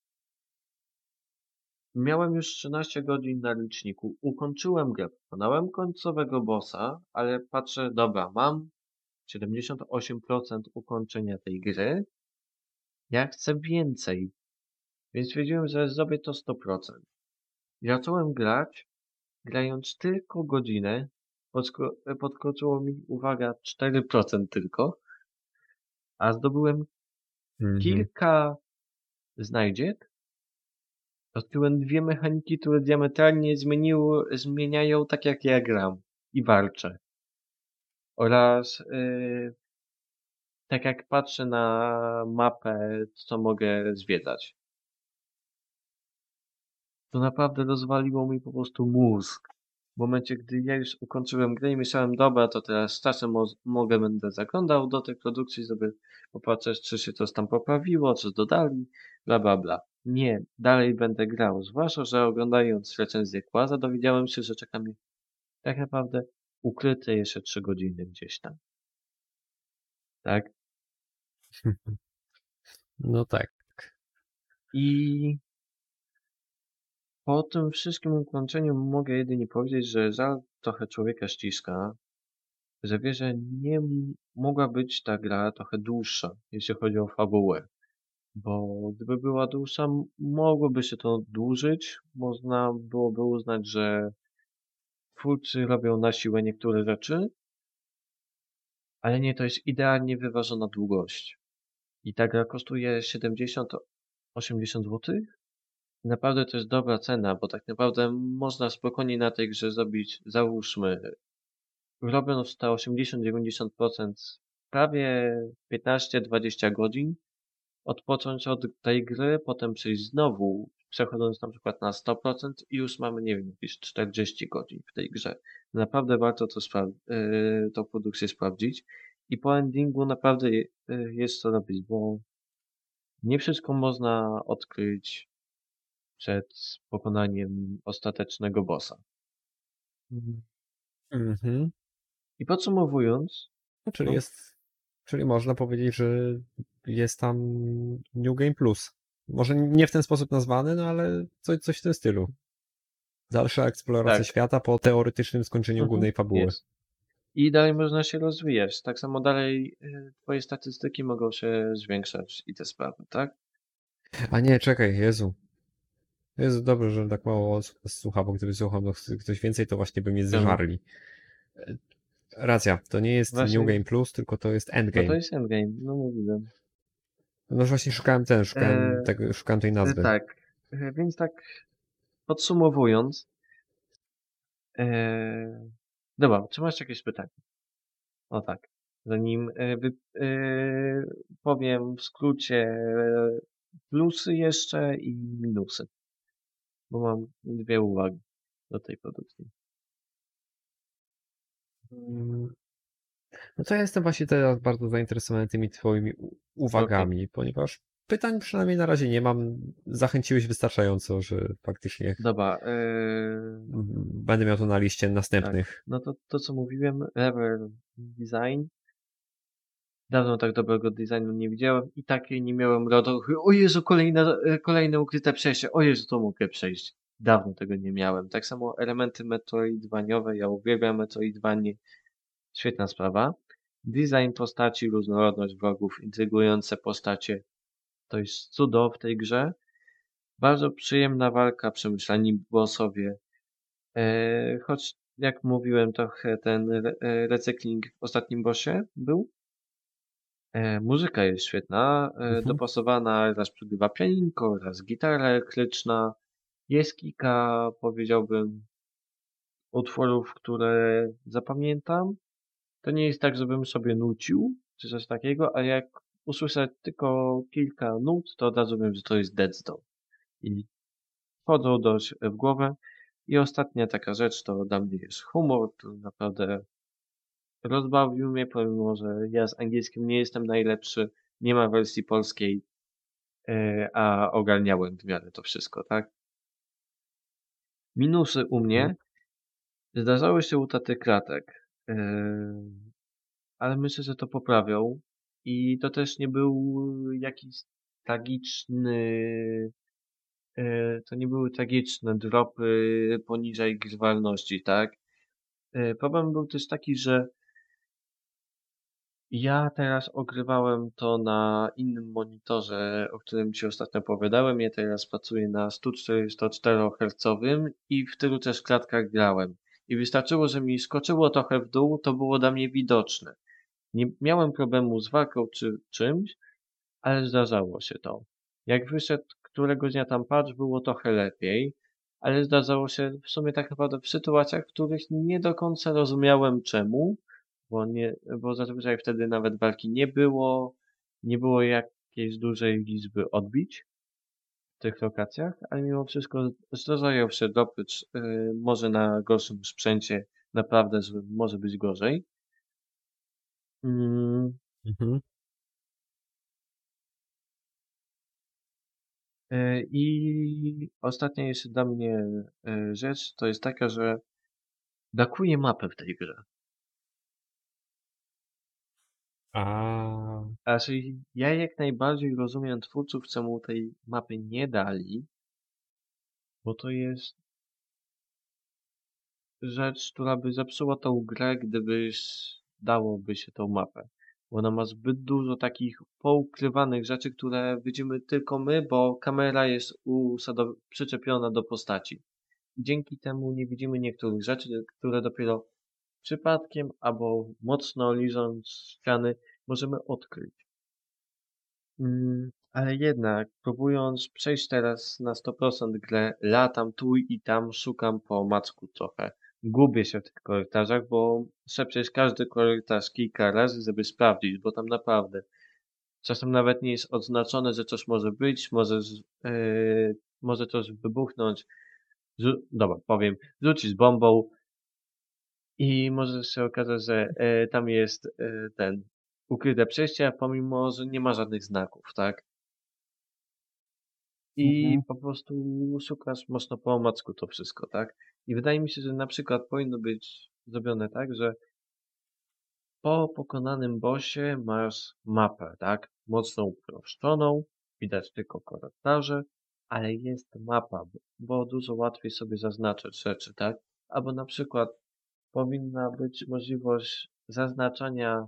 miałem już 13 godzin na liczniku, ukończyłem grę, pokonałem końcowego bossa, ale patrzę, dobra, mam 78% ukończenia tej gry, ja chcę więcej, więc stwierdziłem, że zrobię to 100%. Zacząłem grać, grając tylko godzinę, podskoczyło mi, uwaga, 4% tylko, a zdobyłem Mhm. kilka znajdziek. Odkryłem dwie mechaniki, które diametralnie zmieniają tak jak ja gram i walczę. Oraz tak jak patrzę na mapę, co mogę zwiedzać. To naprawdę rozwaliło mi po prostu mózg. W momencie, gdy ja już ukończyłem grę i myślałem, dobra, to teraz z czasem będę zaglądał do tej produkcji, żeby popatrzeć, czy się coś tam poprawiło, coś dodali, bla, bla, bla. Nie, dalej będę grał. Zwłaszcza, że oglądając recenzję Quaza dowiedziałem się, że czeka mnie tak naprawdę ukryte jeszcze 3 godziny gdzieś tam. Tak? No tak. I po tym wszystkim ukończeniu mogę jedynie powiedzieć, że żal trochę człowieka ściska, że wie, że nie mogła być ta gra trochę dłuższa, jeśli chodzi o fabułę. Bo gdyby była dłuższa, mogłoby się to dłużyć. Można byłoby uznać, że twórcy robią na siłę niektóre rzeczy, ale nie, to jest idealnie wyważona długość. I ta gra kosztuje 70-80 zł. Naprawdę to jest dobra cena, bo tak naprawdę można spokojnie na tej grze zrobić, załóżmy, robiąc te 80-90% prawie 15-20 godzin, odpocząć od tej gry, potem przejść znowu, przechodząc na przykład na 100% i już mamy, nie wiem, jakieś 40 godzin w tej grze. Naprawdę warto tą produkcję sprawdzić i po endingu naprawdę jest co robić, bo nie wszystko można odkryć przed pokonaniem ostatecznego bossa. Mhm. Mhm. I podsumowując, No, czyli no, jest, czyli można powiedzieć, że jest tam New Game Plus. Może nie w ten sposób nazwany, no ale coś w tym stylu. Dalsza eksploracja tak, świata po teoretycznym skończeniu mhm, głównej fabuły. jest. I dalej można się rozwijać. Tak samo dalej twoje statystyki mogą się zwiększać i te sprawy, tak? A nie, czekaj, Jezu. Jezu, dobrze, że tak mało osób nas słucha, bo gdyby słuchał no, ktoś więcej, to właśnie by mnie Czemu? zżarli. Racja, to nie jest New Właśnie, Game Plus, tylko to jest no to Endgame. jest endgame, no mówiłem. No właśnie E, szukałem tej nazwy. tak, więc tak podsumowując, e, dobra, czy masz jakieś pytanie? O tak, zanim powiem w skrócie plusy jeszcze i minusy, bo mam dwie uwagi do tej produkcji. Mm, No to ja jestem właśnie teraz bardzo zainteresowany tymi twoimi Okej, uwagami, ponieważ pytań przynajmniej na razie nie mam. Zachęciłeś wystarczająco, że faktycznie dobra, będę miał to na liście tak, następnych. no to co mówiłem, level design. Dawno tak dobrego designu nie widziałem i takiej nie miałem radochy. O Jezu, kolejne ukryte przejście. O Jezu, to mogę przejść. Dawno tego nie miałem. Tak samo elementy metroidvaniowe. Ja uwielbiam metroidvanie. Świetna sprawa. Design postaci, różnorodność wrogów, intrygujące postacie. To jest cudo w tej grze. Bardzo przyjemna walka, przemyślani bossowie. Choć, jak mówiłem, trochę ten recykling w ostatnim bossie był. Muzyka jest świetna, Mhm. dopasowana, raz przygrywa pianinko, raz gitara elektryczna. Jest kilka, powiedziałbym, utworów, które zapamiętam. To nie jest tak, żebym sobie nucił, czy coś takiego, a jak usłyszę tylko kilka nut, to od razu wiem, że to jest Dead Stone. I wchodzą dość w głowę. I ostatnia taka rzecz to dla mnie jest humor, to naprawdę rozbawił mnie, pomimo że ja z angielskim nie jestem najlepszy, nie ma wersji polskiej, a ogarniałem w miarę to wszystko, tak? Minusy u Mhm. mnie zdarzały się utraty klatek, ale myślę, że to poprawią i to też nie był jakiś tragiczny, to nie były tragiczne dropy poniżej grywalności, tak? Problem był też taki, że ja teraz ogrywałem to na innym monitorze, o którym ci ostatnio opowiadałem. Ja teraz pracuję na 144 Hz i w tylu też klatkach grałem. I wystarczyło, że mi skoczyło trochę w dół, to było dla mnie widoczne. Nie miałem problemu z walką czy czymś, ale zdarzało się to. Jak wyszedł któregoś dnia tam patch, było trochę lepiej, ale zdarzało się w sumie tak naprawdę w sytuacjach, w których nie do końca rozumiałem czemu, bo zazwyczaj wtedy nawet walki nie było jakiejś dużej liczby odbić w tych lokacjach, ale mimo wszystko zdarzają się dopycz, może na gorszym sprzęcie, naprawdę złym, może być gorzej. Mm, Mhm. I ostatnia jeszcze dla mnie rzecz to jest taka, że brakuje mapy w tej grze. A. Znaczy, ja jak najbardziej rozumiem twórców, czemu tej mapy nie dali, bo to jest rzecz, która by zepsuła tą grę, dałoby się tą mapę. Bo ona ma zbyt dużo takich poukrywanych rzeczy, które widzimy tylko my, bo kamera jest przyczepiona do postaci. Dzięki temu nie widzimy niektórych rzeczy, które dopiero przypadkiem albo mocno liżąc ściany możemy odkryć. Ale jednak, próbując przejść teraz na 100% grę, latam tu i tam, szukam po omacku trochę. Gubię się w tych korytarzach, bo muszę przejść każdy korytarz kilka razy, żeby sprawdzić, bo tam naprawdę czasem nawet nie jest odznaczone, że coś może być, może coś wybuchnąć. Dobra, powiem, rzucić bombą, i może się okazać, że tam jest ten ukryte przejście, a pomimo, że nie ma żadnych znaków, tak? I Mhm. po prostu szukasz mocno po omacku to wszystko, tak? I wydaje mi się, że na przykład powinno być zrobione tak, że po pokonanym bossie masz mapę, tak? Mocno uproszczoną, widać tylko korytarze, ale jest mapa, bo dużo łatwiej sobie zaznaczyć rzeczy, tak? Albo na przykład powinna być możliwość zaznaczania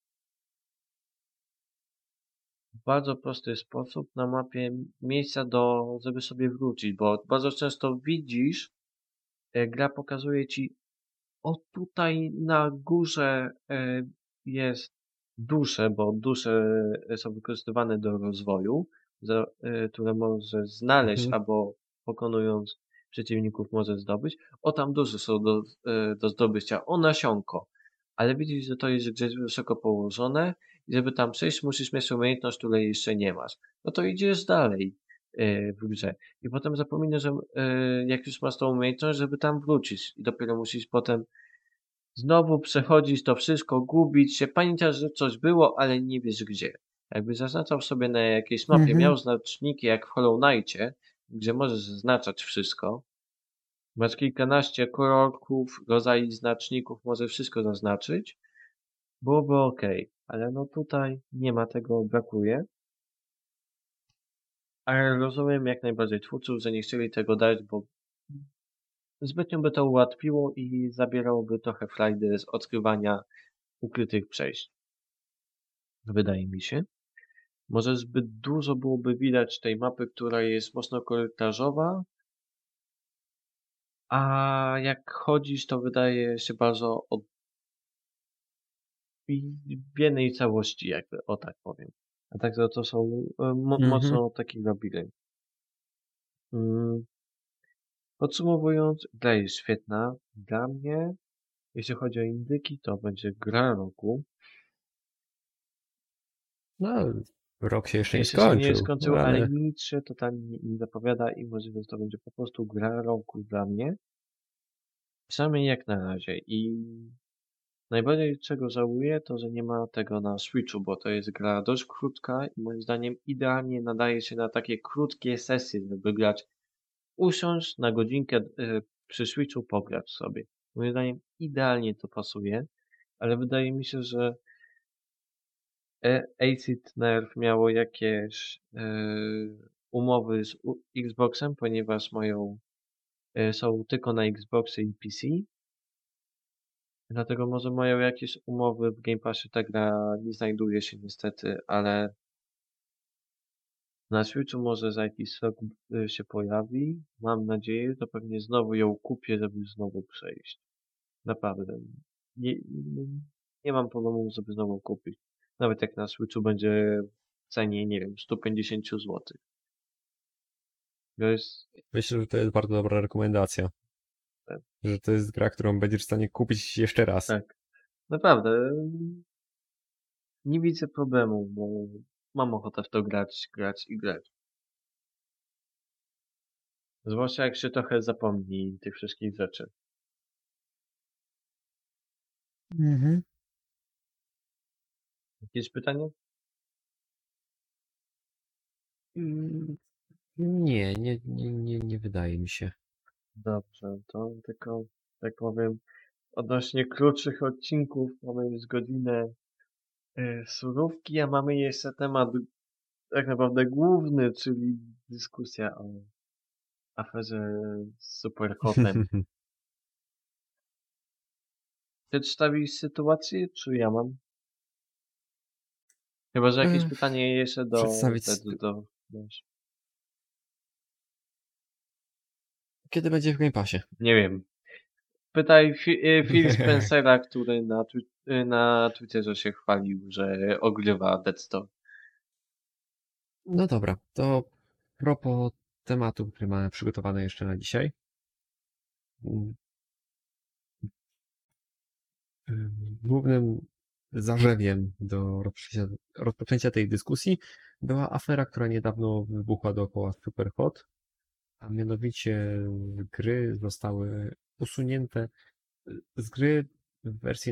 w bardzo prosty sposób na mapie miejsca żeby sobie wrócić, bo bardzo często widzisz, gra pokazuje ci, o tutaj na górze jest dusze, bo dusze są wykorzystywane do rozwoju, które możesz znaleźć Mhm. albo pokonując przeciwników możesz zdobyć. O tam dusze są do zdobycia, o nasionko. Ale widzisz, że to jest gdzieś wysoko położone i żeby tam przejść, musisz mieć umiejętność, której jeszcze nie masz. No to idziesz dalej w grze. I potem zapominasz, że jak już masz tą umiejętność, żeby tam wrócić. I dopiero musisz potem znowu przechodzić to wszystko, gubić się, pamiętasz, że coś było, ale nie wiesz gdzie. Jakby zaznaczał sobie na jakiejś mapie, Mhm. miał znaczniki jak w Hollow Knightie, gdzie możesz zaznaczać wszystko. Masz kilkanaście kolorków, rodzajów znaczników, możesz wszystko zaznaczyć. Byłoby ok, ale no tutaj nie ma tego, brakuje. Ale rozumiem jak najbardziej twórców, że nie chcieli tego dać, bo zbytnio by to ułatwiło i zabierałoby trochę frajdy z odkrywania ukrytych przejść. Wydaje mi się. Może zbyt dużo byłoby widać tej mapy, która jest mocno korytarzowa, a jak chodzisz, to wydaje się bardzo w jednej całości jakby, o tak powiem. A tak to są Mhm. mocno taki labirynt. Mm, Podsumowując, gra jest świetna. Dla mnie, jeśli chodzi o indyki, to będzie gra roku. No, rok się jeszcze nie Jeszcze się nie skończył, skończył, ale ale nic się totalnie nie zapowiada i możliwe, że to będzie po prostu gra roku dla mnie. Przynajmniej jak na razie. I najbardziej czego żałuję, to że nie ma tego na Switchu, bo to jest gra dość krótka i moim zdaniem idealnie nadaje się na takie krótkie sesje, żeby grać, usiąść na godzinkę przy Switchu, pograć sobie. Moim zdaniem idealnie to pasuje, ale wydaje mi się, że Acid Nerve miało jakieś umowy z Xboxem, ponieważ są tylko na Xboxy i PC. Dlatego może mają jakieś umowy w Game Passie, ta gra nie znajduje się niestety, ale na Switchu może za jakiś rok się pojawi. Mam nadzieję, to pewnie znowu ją kupię, żeby znowu przejść. Naprawdę. Nie, nie, nie mam problemu, żeby znowu kupić. Nawet jak na Switchu będzie w cenie, nie wiem, 150 zł. To jest, myślę, że to jest bardzo dobra rekomendacja. tak, Że to jest gra, którą będziesz w stanie kupić jeszcze raz. tak. Naprawdę, nie widzę problemu, bo mam ochotę w to grać, grać i grać. Zwłaszcza jak się trochę zapomni tych wszystkich rzeczy. Mhm. Jakieś pytania? Mm, nie wydaje mi się. Dobrze, to tylko, tak powiem, odnośnie krótszych odcinków mamy już godzinę surówki, a mamy jeszcze temat tak naprawdę główny, czyli dyskusja o aferze z Superhotem. Przedstawić sytuację, czy ja mam? Chyba, że jakieś E, pytanie jeszcze Przedstawić. Kiedy będzie w Game Passie? nie wiem. Pytaj Phil Spencera, który na Twitterze się chwalił, że ogrywa Death Store. No dobra, to propos tematu, który mamy przygotowany jeszcze na dzisiaj. Mm, Głównym zarzewiem do rozpoczęcia tej dyskusji była afera, która niedawno wybuchła dookoła Superhot, a mianowicie gry zostały usunięte z gry w wersji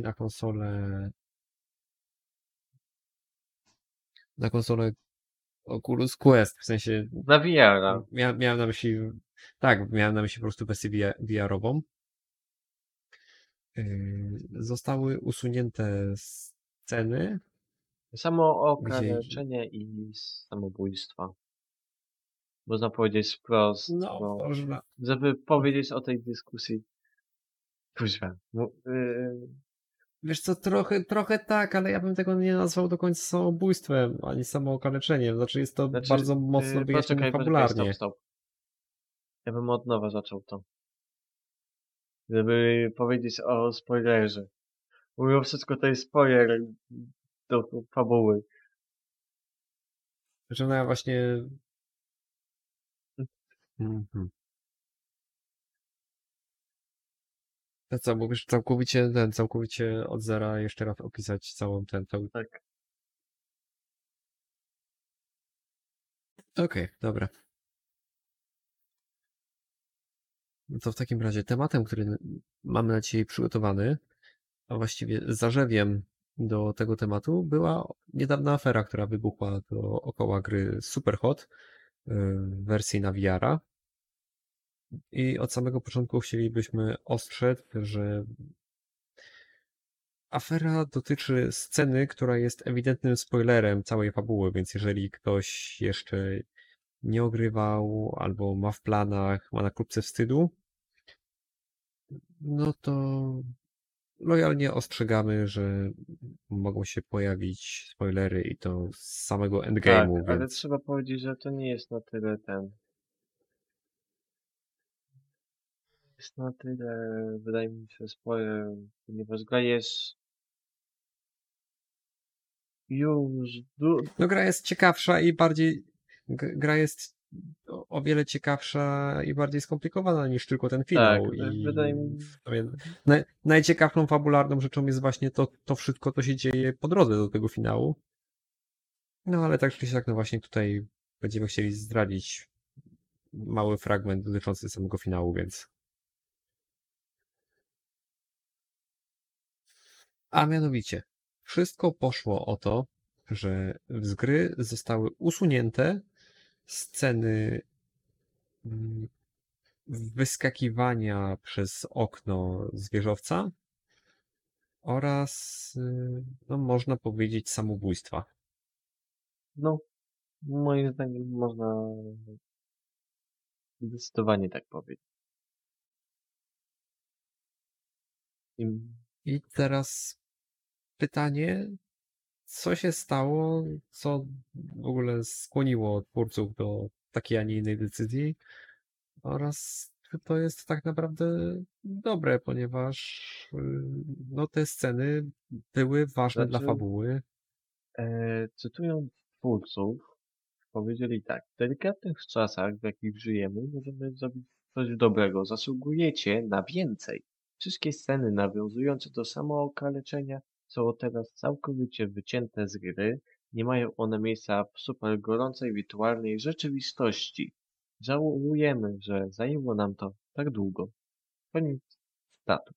na konsolę Oculus Quest, w sensie Na VR-a. miałem na myśli, tak, miałem na myśli po prostu wersję VR-ową. Zostały usunięte sceny, Samo gdzie, okaleczenie i samobójstwa. Można powiedzieć wprost, no, bo można, żeby powiedzieć o tej dyskusji, kuźwa, wiesz co, trochę tak, ale ja bym tego nie nazwał do końca samobójstwem, ani samookaleczeniem. Znaczy jest to znaczy, bardzo mocno wyjaśnione poczekaj, fabularnie. stop. Ja bym od nowa zaczął to. Żeby powiedzieć o spoilerze. Bo mimo wszystko to jest spoiler do fabuły. Że no ja właśnie... Mhm. To co, mówisz całkowicie od zera jeszcze raz opisać całą cały... Tak. Okej, dobra. No to w takim razie tematem, który mamy na dzisiaj przygotowany, a właściwie zarzewiem do tego tematu była niedawna afera, która wybuchła dookoła gry Superhot w wersji na VR-a. I od samego początku chcielibyśmy ostrzec, że afera dotyczy sceny, która jest ewidentnym spoilerem całej fabuły, więc jeżeli ktoś jeszcze nie ogrywał albo ma w planach, ma na klubce wstydu, no to lojalnie ostrzegamy, że mogą się pojawić spoilery i to z samego Tak, endgame'u, ale więc trzeba powiedzieć, że to nie jest na tyle jest na tyle, wydaje mi się, spoiler, ponieważ gra jest już No gra jest ciekawsza i bardziej... Gra jest o wiele ciekawsza i bardziej skomplikowana niż tylko ten tak, finał i wydaje mi w sumie najciekawszą fabularną rzeczą jest właśnie to wszystko, co się dzieje po drodze do tego finału. No ale tak czy siak, no właśnie tutaj będziemy chcieli zdradzić mały fragment dotyczący samego finału, więc... A mianowicie, wszystko poszło o to, że z gry zostały usunięte sceny mm, wyskakiwania przez okno z wieżowca oraz, no można powiedzieć, samobójstwa. no, moim zdaniem można zdecydowanie tak powiedzieć. I I teraz pytanie, co się stało, co w ogóle skłoniło twórców do takiej, a nie innej decyzji oraz czy to jest tak naprawdę dobre, ponieważ no, te sceny były ważne dla znaczy, fabuły. cytując twórców, powiedzieli tak: w delikatnych czasach, w jakich żyjemy, możemy zrobić coś dobrego. Zasługujecie na więcej. Wszystkie sceny nawiązujące do samookaleczenia są teraz całkowicie wycięte z gry. Nie mają one miejsca w super gorącej, wirtualnej rzeczywistości. Żałujemy, że zajęło nam to tak długo. Koniec cytatu.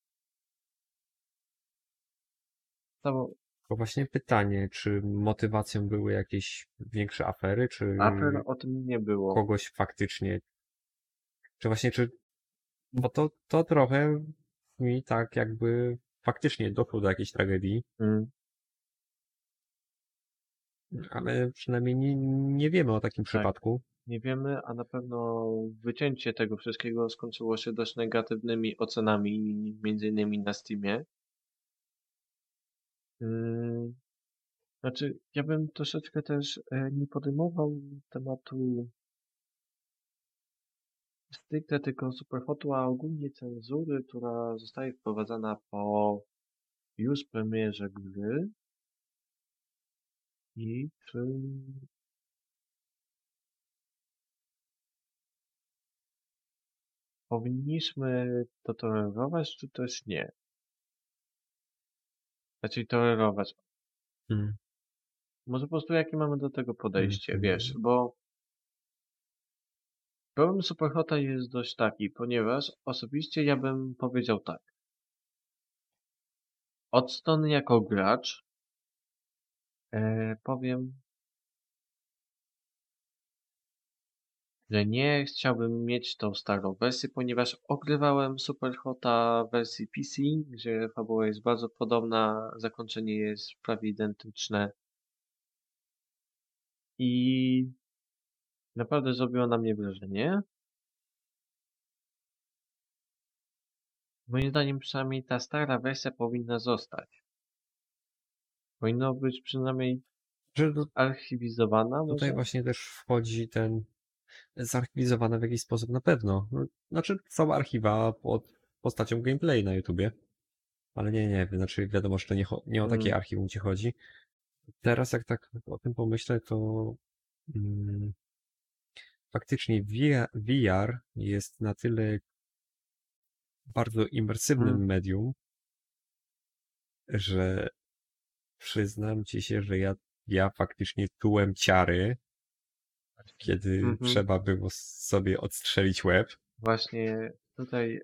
Samo To właśnie pytanie, czy motywacją były jakieś większe afery, czy afer o tym nie było. kogoś faktycznie, czy właśnie, czy, bo to trochę mi tak jakby faktycznie doszło do jakiejś tragedii, Mm, ale przynajmniej nie wiemy o takim tak. przypadku. Nie wiemy, a na pewno wycięcie tego wszystkiego skończyło się dość negatywnymi ocenami, między innymi na Steamie. Yy, Znaczy, ja bym troszeczkę też nie podejmował tematu stricte tylko Superhotu, a ogólnie cenzury, która zostaje wprowadzana po już premierze gry i czy powinniśmy to tolerować, czy też nie. Znaczy tolerować. Hmm. Może po prostu jakie mamy do tego podejście, wiesz, Mhm. bo problem Superhota jest dość taki, ponieważ osobiście ja bym powiedział tak. Od strony jako gracz powiem, że nie chciałbym mieć tą starą wersję, ponieważ ogrywałem Superhota w wersji PC, gdzie fabuła jest bardzo podobna, zakończenie jest prawie identyczne i naprawdę zrobiło na mnie wrażenie. Moim zdaniem przynajmniej ta stara wersja powinna zostać. Powinno być przynajmniej Że archiwizowana tutaj może? właśnie też wchodzi ten zarchiwizowane w jakiś sposób na pewno. No, znaczy są archiwa pod postacią gameplay na YouTubie, ale nie, znaczy wiadomo, że to nie o takie Mm, archiwum ci chodzi. Teraz jak tak o tym pomyślę, to mm, faktycznie VR jest na tyle bardzo mm, imersywnym medium, że przyznam ci się, że ja faktycznie czułem ciary, kiedy mhm. trzeba było sobie odstrzelić łeb. Właśnie tutaj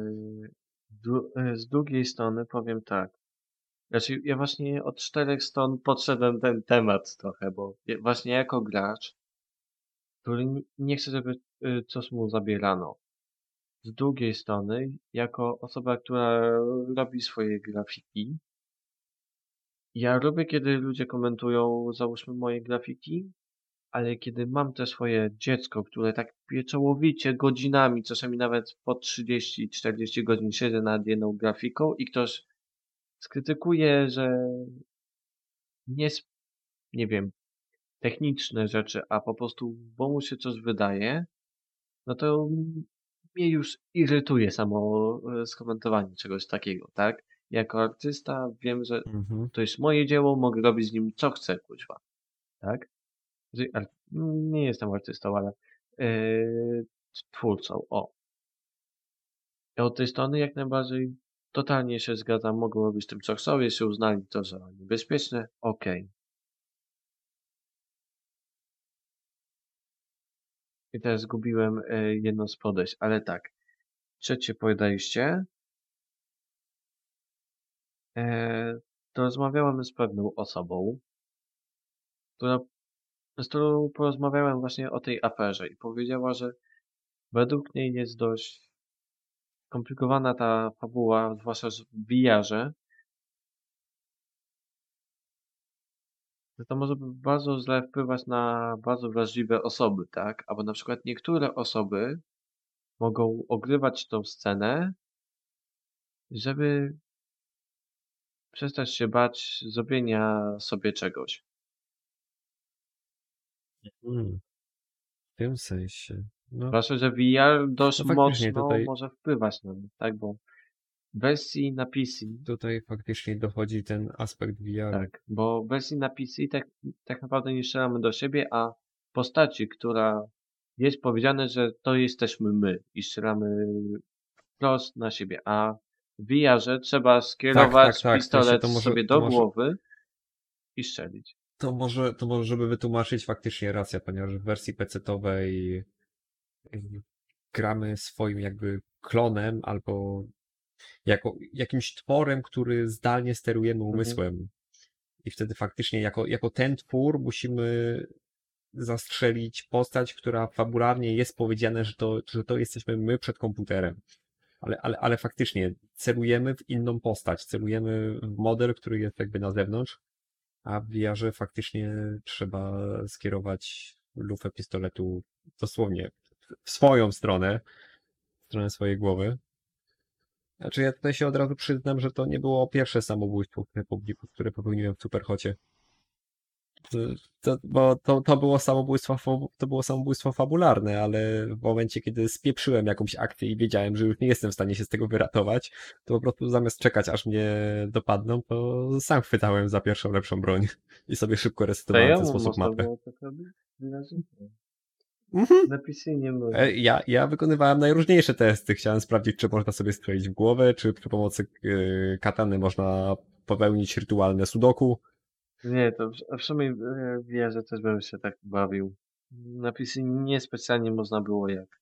z drugiej strony powiem tak. Znaczy, ja właśnie od 4 stron podszedłem ten temat trochę, bo właśnie jako gracz, który nie chce, żeby coś mu zabierano. Z drugiej strony, jako osoba, która robi swoje grafiki, ja lubię, kiedy ludzie komentują, załóżmy, moje grafiki, ale kiedy mam te swoje dziecko, które tak pieczołowicie godzinami, czasami nawet po 30-40 godzin siedzę nad jedną grafiką i ktoś skrytykuje, że nie, nie wiem, techniczne rzeczy, a po prostu, bo mu się coś wydaje, no to mnie już irytuje samo skomentowanie czegoś takiego, tak? jako artysta wiem, że Mhm. to jest moje dzieło, mogę robić z nim co chcę, kuźwa, tak? Nie jestem artystą, ale yy, twórcą, o. I od tej strony jak najbardziej totalnie się zgadzam, mogą robić tym co chcą, jeśli uznali to za niebezpieczne, okej. I teraz zgubiłem jedno z podejść, ale tak. Trzecie podejście, e, to rozmawiałem z pewną osobą, która, z którą porozmawiałem właśnie o tej aferze i powiedziała, że według niej jest dość skomplikowana ta fabuła, zwłaszcza że w VR-ze, że to może bardzo źle wpływać na bardzo wrażliwe osoby, tak? Albo na przykład niektóre osoby mogą ogrywać tą scenę, żeby przestać się bać zrobienia sobie czegoś. W tym sensie. No, Zwłaszcza, że VR dość no faktycznie mocno tutaj, może wpływać na nich, tak? Bo w wersji na PC, tutaj faktycznie dochodzi ten aspekt VR-u. tak, bo w wersji na PC tak naprawdę nie strzelamy do siebie, a postaci, która jest powiedziane, że to jesteśmy my i strzelamy wprost na siebie, a w VR-ze trzeba skierować Tak. W sensie pistolet sobie do głowy i strzelić. to może, żeby wytłumaczyć faktycznie racja, ponieważ w wersji PC-towej gramy swoim jakby klonem albo jako jakimś tworem, który zdalnie sterujemy Mhm. umysłem. I wtedy faktycznie jako ten twór musimy zastrzelić postać, która fabularnie jest powiedziane, że to jesteśmy my przed komputerem. Ale faktycznie celujemy w inną postać, celujemy w model, który jest jakby na zewnątrz, a w VR-ze faktycznie trzeba skierować lufę pistoletu dosłownie w swoją stronę, w stronę swojej głowy. Znaczy ja tutaj się od razu przyznam, że to nie było pierwsze samobójstwo, które popełniłem w Superhocie. Bo to było samobójstwo fabularne, ale w momencie, kiedy spieprzyłem jakąś akcję i wiedziałem, że już nie jestem w stanie się z tego wyratować, to po prostu zamiast czekać, aż mnie dopadną, to sam chwytałem za pierwszą lepszą broń i sobie szybko resetowałem w ten Serio? sposób Można mapę. było tak robić? Wyraźnie? Mhm. Na PC nie można. Ja wykonywałem najróżniejsze testy. Chciałem sprawdzić, czy można sobie strzelić w głowę, czy przy pomocy katany można popełnić rytualne sudoku. Nie, to w sumie wierzę, też bym się tak bawił. Na PC nie specjalnie można było jak.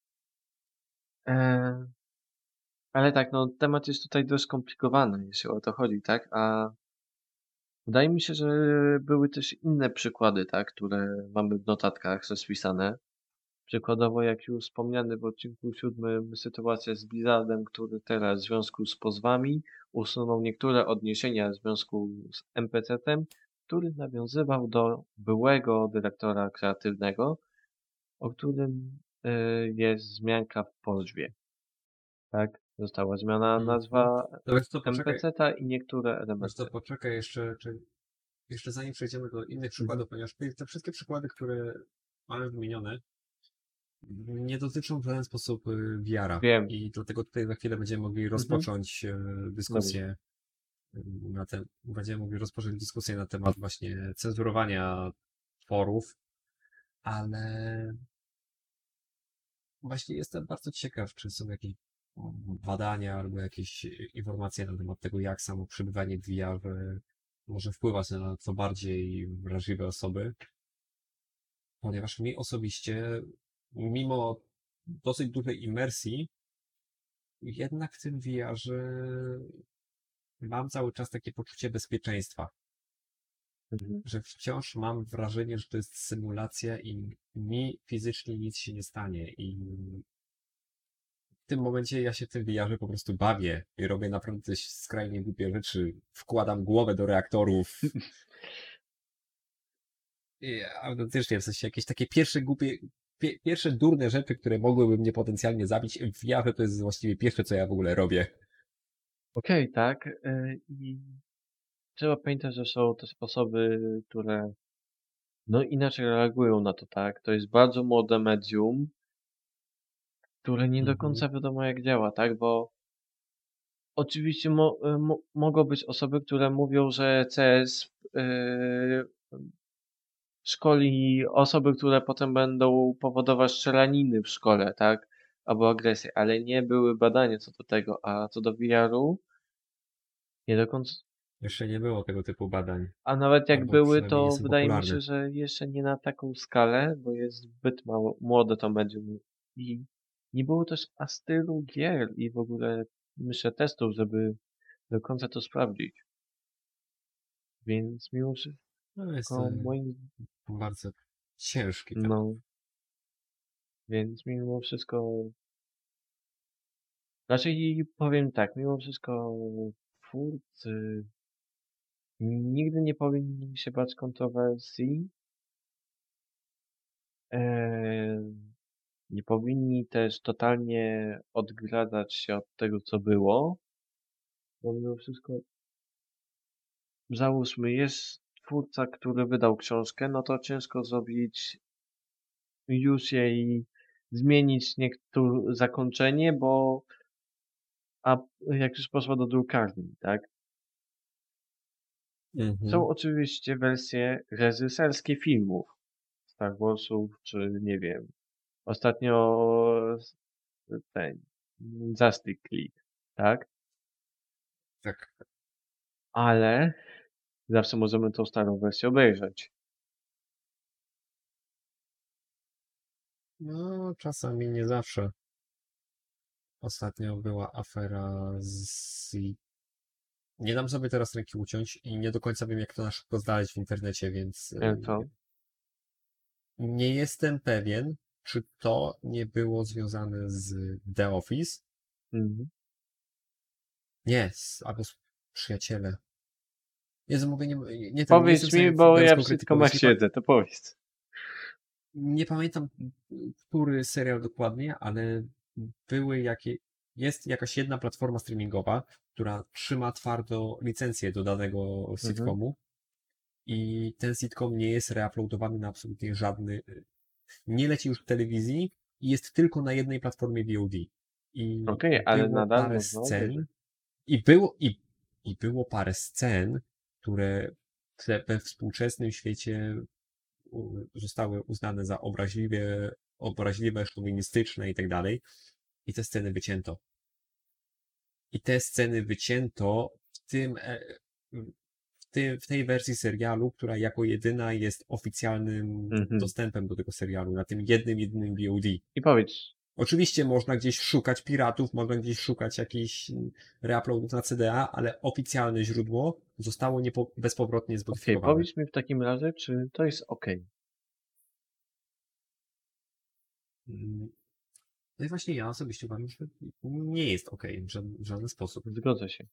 E, ale tak, no temat jest tutaj dość skomplikowany, jeśli o to chodzi, tak? A wydaje mi się, że były też inne przykłady, tak, które mamy w notatkach rozpisane. Przykładowo, jak już wspomniany w odcinku 7, sytuacja z Blizzardem, który teraz w związku z pozwami usunął niektóre odniesienia w związku z NPC-tem, który nawiązywał do byłego dyrektora kreatywnego, o którym jest wzmianka w pozwie. Tak? Została zmiana Mhm. nazwa To wiesz co, poczekaj, NPC-ta i niektóre wiesz co, elementy. poczekaj jeszcze, jeszcze zanim przejdziemy do innych przykładów, ponieważ te wszystkie przykłady, które mamy wymienione, nie dotyczą w żaden sposób VR-a. Wiem. I dlatego tutaj za chwilę będziemy mogli Mhm. rozpocząć Dobrze. dyskusję będziemy mogli rozpocząć dyskusję na temat właśnie cenzurowania tworów, ale właśnie jestem bardzo ciekaw, czy są jakieś badania albo jakieś informacje na temat tego, jak samo przebywanie w VR może wpływać na co bardziej wrażliwe osoby, ponieważ mi osobiście, mimo dosyć dużej imersji, jednak w tym VR-ze mam cały czas takie poczucie bezpieczeństwa, Mhm. że wciąż mam wrażenie, że to jest symulacja i mi fizycznie nic się nie stanie i w tym momencie ja się w tym VR-ze po prostu bawię i robię naprawdę skrajnie głupie rzeczy. Wkładam głowę do reaktorów. I autentycznie, w sensie jakieś takie pierwsze głupie, pierwsze durne rzeczy, które mogłyby mnie potencjalnie zabić w VR-ze, to jest właściwie pierwsze, co ja w ogóle robię. Okej, tak. I trzeba pamiętać, że są też osoby, które no inaczej reagują na to, tak? To jest bardzo młode medium, które nie do Mhm. końca wiadomo jak działa, tak? Bo Oczywiście mogą być osoby, które mówią, że CS szkoli osoby, które potem będą powodować strzelaniny w szkole, tak? Albo agresję, ale nie były badania co do tego, a co do VR-u nie do końca. Jeszcze nie było tego typu badań, A nawet jak albo były, przynajmniej nie to są wydaje mi się, popularne. że jeszcze nie na taką skalę, bo jest zbyt mało, młode to medium i nie było też aż tylu gier i w ogóle myślę testów, żeby do końca to sprawdzić. Więc mimo No jest wszystko moim, bardzo ciężki temat. no, więc mimo wszystko, raczej powiem tak, mimo wszystko twórcy nigdy nie powinni się bać kontrowersji, nie powinni też totalnie odgradzać się od tego, co było, bo mimo wszystko, załóżmy, jest twórca, który wydał książkę, no to ciężko zrobić już jej, zmienić niektóre zakończenie, bo a jak już poszła do drukarni, tak? Mhm. Są oczywiście wersje reżyserskie filmów Star Warsów, czy nie wiem, ostatnio ten Justice League, tak? Tak. Ale zawsze możemy tą starą wersję obejrzeć. No, czasami nie zawsze. Ostatnio była afera z... Nie dam sobie teraz ręki uciąć i nie do końca wiem, jak to na szybko znaleźć w internecie, więc Co? nie jestem pewien, czy to nie było związane z The Office. Mhm. Nie, albo z Przyjaciele. Jezu, mówię, nie jestem Powiedz w mi, stanie bo teraz ja konkretnie wszystko ma powiedzieć. siedzę, to powiedz. Nie pamiętam, który serial dokładnie, ale jest jakaś jedna platforma streamingowa, która trzyma twardo licencję do danego Mhm. sitcomu i ten sitcom nie jest reuploadowany na absolutnie żadny, nie leci już w telewizji i jest tylko na jednej platformie VOD. I Okej, ale było nadal parę można obejrzeć. scen, i było parę scen, które we współczesnym świecie zostały uznane za obraźliwe, szowinistyczne i tak dalej. I te sceny wycięto. I te sceny wycięto w tej wersji serialu, która jako jedyna jest oficjalnym Mhm. dostępem do tego serialu, na tym jedynym VOD. I powiedz, Oczywiście można gdzieś szukać piratów, można gdzieś szukać jakichś reuploadów na CDA, ale oficjalne źródło zostało bezpowrotnie zmodyfikowane. powiedz mi w takim razie, czy to jest okej. Mm, No i właśnie ja osobiście uważam, że nie jest okej w żaden sposób. Zgodzę się.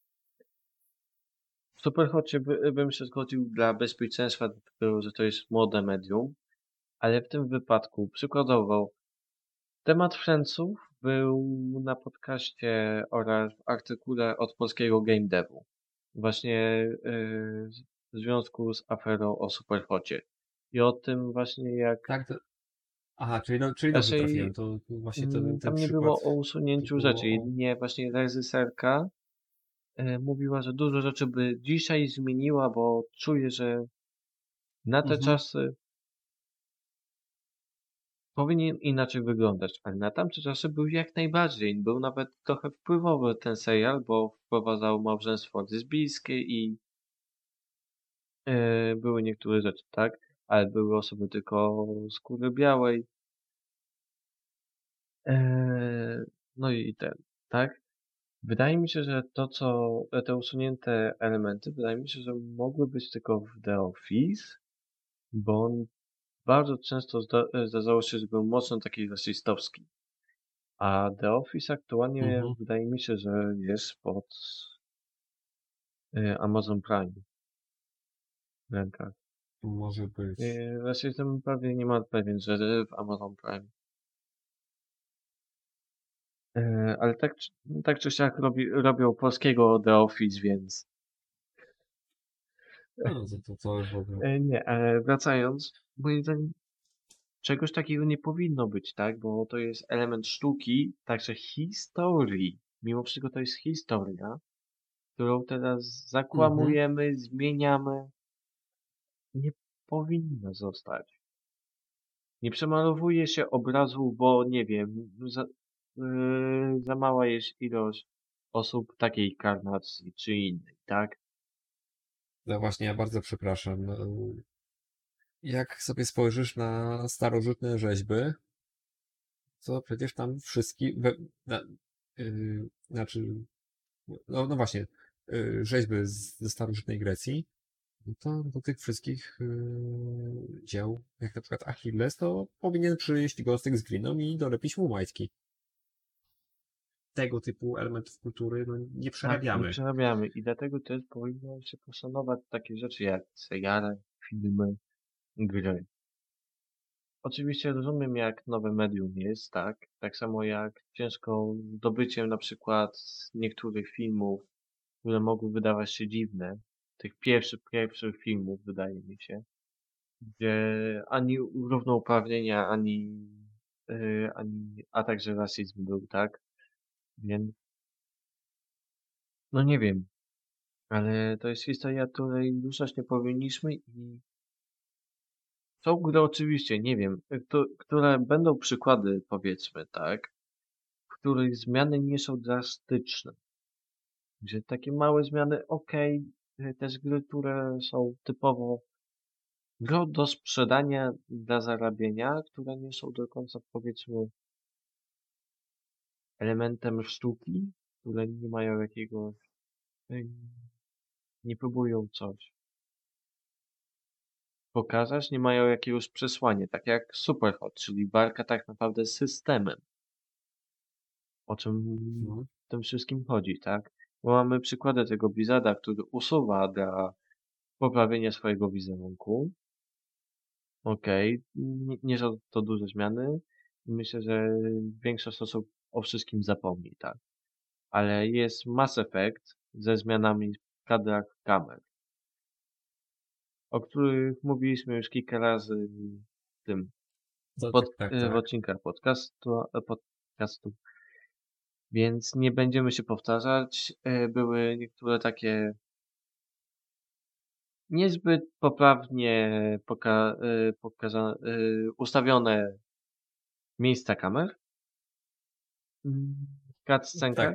W Superhocie bym się zgodził dla bezpieczeństwa, dlatego że to jest młode medium, ale w tym wypadku, przykładowo, temat Friendsów był na podcaście oraz w artykule od polskiego game devu. Właśnie w związku z aferą o Superhocie. I o tym właśnie jak Tak, aha, czyli dobrze trafiłem. raczej To właśnie ten tam nie przykład było o to usunięciu rzeczy. było o... Jedynie właśnie reżyserka mówiła, że dużo rzeczy by dzisiaj zmieniła, bo czuje, że na te Mhm. czasy powinien inaczej wyglądać, ale na tamte czasy był jak najbardziej. Był nawet trochę wpływowy ten serial, bo wprowadzał małżeństwo lesbijskie i były niektóre rzeczy, tak? Ale były osoby tylko skóry białej. E, no i ten, tak? Wydaje mi się, że te usunięte elementy, wydaje mi się, że mogły być tylko w The Office, bo on bardzo często zdarzało się, że był mocno taki rasistowski. A The Office aktualnie Mhm. wydaje mi się, że jest pod Amazon Prime w rękach. Może być. Raczej jestem prawie niemal pewien, że w Amazon Prime. Ale tak czy siak robią polskiego The Office, więc No, to już w ogóle. nie, ale wracając, moim zdaniem czegoś takiego nie powinno być, tak? Bo to jest element sztuki, także historii. Mimo wszystko to jest historia. którą teraz Mhm. zakłamujemy, zmieniamy, nie powinna zostać. Nie przemalowuje się obrazu, bo nie wiem, za mała jest ilość osób takiej karnacji czy innej, tak? No właśnie, ja bardzo przepraszam. Jak sobie spojrzysz na starożytne rzeźby, to przecież tam wszystkie, znaczy, no właśnie, rzeźby ze starożytnej Grecji, no to do tych wszystkich dzieł, jak na przykład Achilles, to powinien przyjść gostyk z gliną i dolepić mu majtki. Tego typu elementów kultury no, nie Tak, nie przerabiamy. przerabiamy i dlatego też powinno się poszanować takie rzeczy jak seriale, filmy, gry. Oczywiście rozumiem, jak nowe medium jest, tak? Tak samo jak ciężko zdobyciem na przykład niektórych filmów, które mogły wydawać się dziwne, tych pierwszych filmów, wydaje mi się, gdzie ani równouprawnienia, a także rasizm był, tak? Więc, no nie wiem, ale to jest historia, której ruszać nie powinniśmy i są gry oczywiście, nie wiem, które będą przykłady, powiedzmy, tak? W których zmiany nie są drastyczne. Gdzie takie małe zmiany, okej, też gry, które są typowo gro do sprzedania dla zarabiania, które nie są do końca, powiedzmy, elementem sztuki, które nie mają jakiegoś, y, nie próbują coś pokazać, nie mają jakiegoś przesłania, tak jak Superhot, czyli walka tak naprawdę z systemem, o czym No. w tym wszystkim chodzi, tak? Bo mamy przykłady tego Blizzarda, który usuwa dla poprawienia swojego wizerunku. Okej, nie są to duże zmiany. Myślę, że większość osób o wszystkim zapomni, tak. Ale jest Mass Effect ze zmianami w kadrach kamer, o których mówiliśmy już kilka razy w tym To tak, tak, w tak. odcinkach podcastu, więc nie będziemy się powtarzać. Były niektóre takie niezbyt poprawnie ustawione miejsca kamer w Tak, cutscenkach.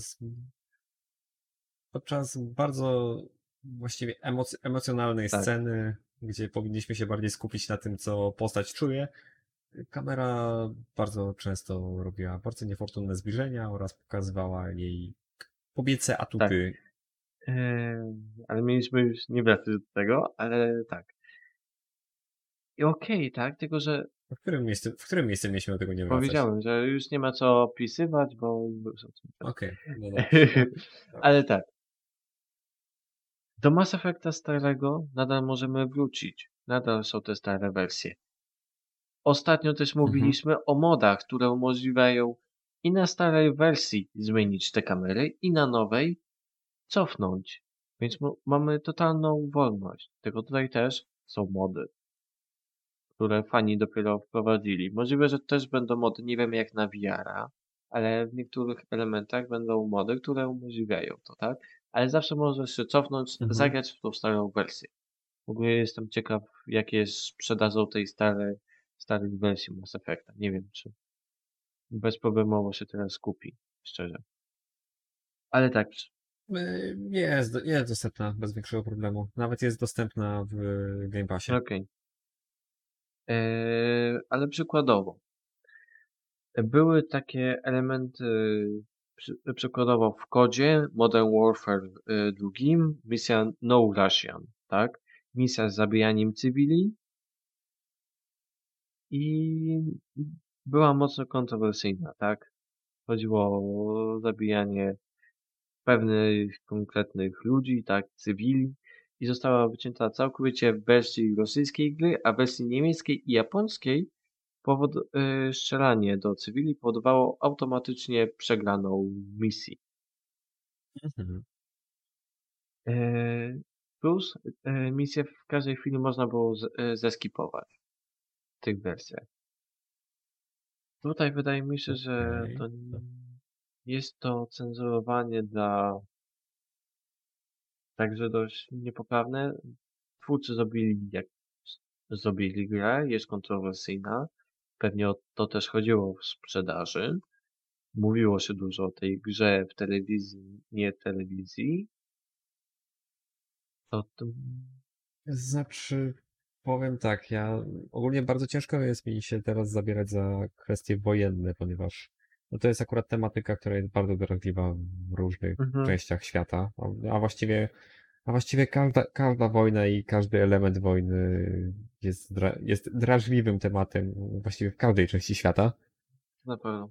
podczas bardzo właściwie emocjonalnej Tak, sceny, gdzie powinniśmy się bardziej skupić na tym, co postać czuje, kamera bardzo często robiła bardzo niefortunne zbliżenia oraz pokazywała jej kobiece tak. atuty. Ale mieliśmy już nie wracać do tego, ale tak. I okej, tak, tylko że W którym miejscu mieliśmy do tego nie wracać? powiedziałem, że już nie ma co opisywać, bo już o tym też. Okej, no dobrze, Ale dobrze. tak, do Mass Effecta starego nadal możemy wrócić. Nadal są te stare wersje. Ostatnio też Mhm, mówiliśmy o modach, które umożliwiają i na starej wersji zmienić te kamery, i na nowej cofnąć. Więc mamy totalną wolność. Tylko tutaj też są mody, które fani dopiero wprowadzili. Możliwe, że też będą mody, nie wiem jak na VR-a, ale w niektórych elementach będą mody, które umożliwiają to, tak? Ale zawsze możesz się cofnąć, mhm. zagrać w tą starą wersję. W ogóle jestem ciekaw, jakie jest sprzedażą tej starych wersji Mass Effecta. Nie wiem, czy bezproblemowo się teraz kupi, szczerze. Ale tak, Jest dostępna bez większego problemu. Nawet jest dostępna w Game Passie. okej. Ale przykładowo, były takie elementy, przykładowo w kodzie Modern Warfare 2, misja No Russian, tak? Misja z zabijaniem cywili i była mocno kontrowersyjna, tak? Chodziło o zabijanie pewnych konkretnych ludzi, tak, cywili i została wycięta całkowicie w wersji rosyjskiej gry, a w wersji niemieckiej i japońskiej strzelanie do cywili powodowało automatycznie przegraną misji. Mhm. E, Plus misję w każdej chwili można było zeskipować w tych wersjach. Tutaj wydaje mi się, że Okej. to jest to cenzurowanie dla także dość niepoprawne. Twórcy zrobili grę, jest kontrowersyjna. Pewnie o to też chodziło w sprzedaży. Mówiło się dużo o tej grze w telewizji, nie telewizji. To Znaczy, powiem tak, ja ogólnie bardzo ciężko jest mi się teraz zabierać za kwestie wojenne, ponieważ no to jest akurat tematyka, która jest bardzo drażliwa w różnych mhm, częściach świata, a właściwie każda wojna i każdy element wojny jest drażliwym tematem właściwie w każdej części świata. na pewno.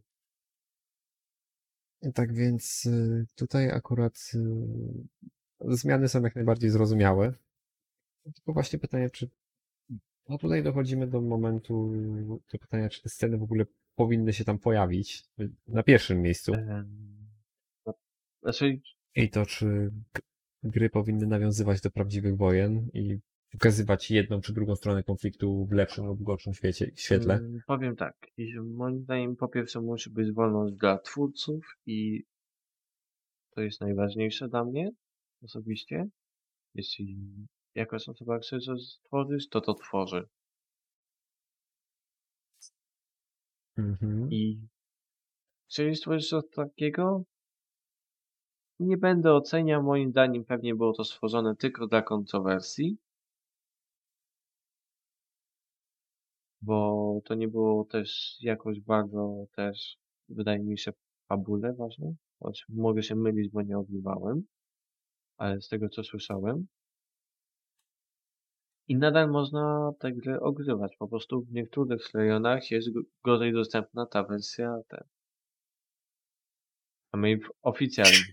Tak więc tutaj akurat zmiany są jak najbardziej zrozumiałe. Tylko właśnie pytanie, czy no tutaj dochodzimy do momentu, do pytania, czy te sceny w ogóle powinny się tam pojawić na pierwszym miejscu. Em, no, Znaczy, I to, czy gry powinny nawiązywać do prawdziwych wojen i pokazywać jedną czy drugą stronę konfliktu w lepszym lub gorszym świetle. powiem tak. Moim zdaniem po pierwsze musi być wolność dla twórców i to jest najważniejsze dla mnie osobiście. Jeśli jakaś osoba chce coś stworzyć, to tworzy. Mhm. I jeżeli stworzysz coś takiego, nie będę oceniał. Moim zdaniem pewnie było to stworzone tylko dla kontrowersji, bo to nie było też jakoś bardzo też, wydaje mi się, w fabule ważne. Choć mogę się mylić, bo nie odgrywałem, ale z tego co słyszałem. I nadal można tę grę ogrywać. Po prostu w niektórych rejonach jest gorzej dostępna ta wersja, a my oficjalnie.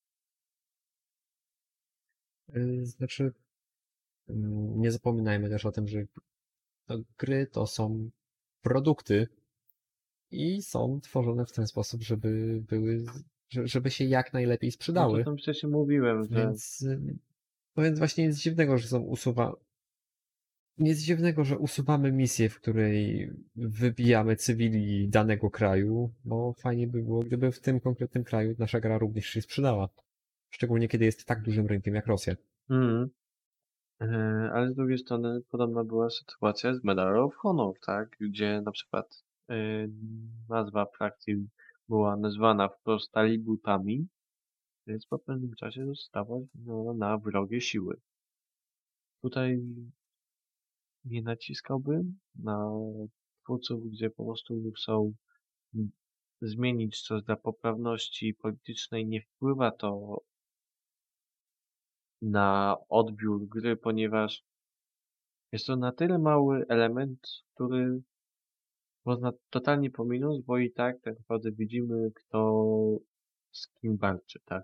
Znaczy, nie zapominajmy też o tym, że gry to są produkty i są tworzone w ten sposób, żeby się jak najlepiej No to sprzedały. tam wcześniej mówiłem, że Więc właśnie nic dziwnego, że nic dziwnego, że usuwamy misję, w której wybijamy cywili danego kraju, bo fajnie by było, gdyby w tym konkretnym kraju nasza gra również się sprzedała. Szczególnie kiedy jest tak dużym rynkiem jak Rosja. mm, e, ale z drugiej strony podobna była sytuacja z Medal of Honor, tak? Gdzie na przykład e, nazwa frakcji była nazwana wprost talibutami, więc po pewnym czasie została zmieniona na wrogie siły. Tutaj nie naciskałbym na twórców, gdzie po prostu chcą zmienić coś dla poprawności politycznej. Nie wpływa to na odbiór gry, ponieważ jest to na tyle mały element, który można totalnie pominąć, bo i tak naprawdę widzimy, kto z kim walczy, tak?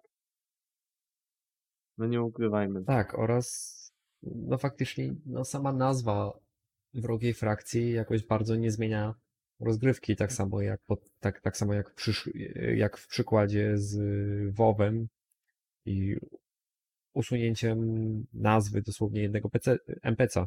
No nie ukrywajmy. Tak, oraz no faktycznie no sama nazwa wrogiej frakcji jakoś bardzo nie zmienia rozgrywki, tak samo jak w przykładzie z WoWem i usunięciem nazwy dosłownie jednego NPC-a.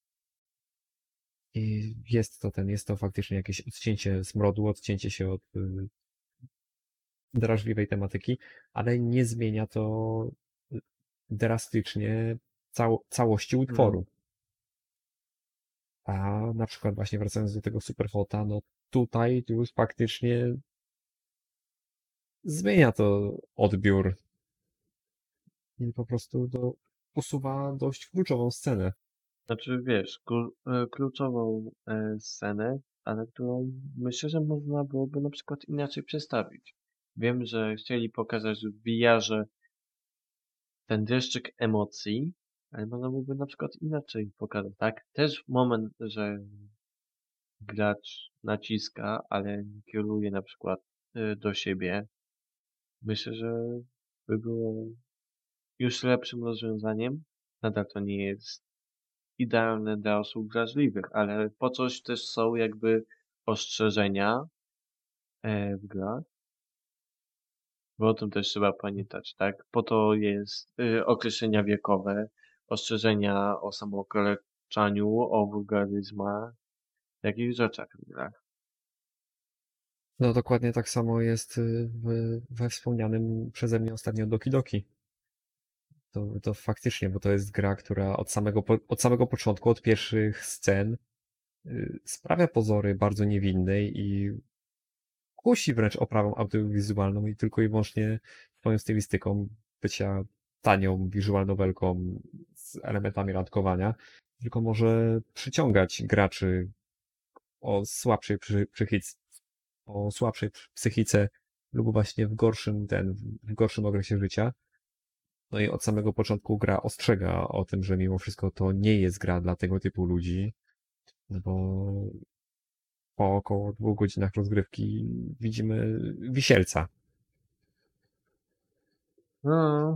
I jest to faktycznie jakieś odcięcie smrodu, odcięcie się od drażliwej tematyki, ale nie zmienia to drastycznie całości Mm. utworu. A na przykład właśnie wracając do tego Superhota, no tutaj już faktycznie zmienia to odbiór i po prostu usuwa dość kluczową scenę. Znaczy, wiesz, kluczową scenę, ale którą myślę, że można byłoby na przykład inaczej przedstawić. Wiem, że chcieli pokazać w VR-ze ten dreszczyk emocji, ale można byłoby na przykład inaczej pokazać, tak? Też moment, że gracz naciska, ale nie kieruje na przykład do siebie. Myślę, że by było już lepszym rozwiązaniem. Nadal to nie jest idealne dla osób wrażliwych, ale po coś też są jakby ostrzeżenia w grach, bo o tym też trzeba pamiętać, tak? Po to jest określenia wiekowe, ostrzeżenia o samookaleczaniu, o wulgaryzmach, takich rzeczach w grach. No dokładnie tak samo jest we wspomnianym przeze mnie ostatnio Doki Doki. To faktycznie, bo to jest gra, która od samego początku, od pierwszych scen sprawia pozory bardzo niewinnej i kusi wręcz oprawą audiowizualną i tylko i wyłącznie swoją stylistyką bycia tanią visual novelką z elementami randkowania, tylko może przyciągać graczy o słabszej o słabszej psychice lub właśnie w gorszym okresie życia. No i od samego początku gra ostrzega o tym, że mimo wszystko to nie jest gra dla tego typu ludzi, no bo po około 2 godzinach rozgrywki widzimy wisielca. No,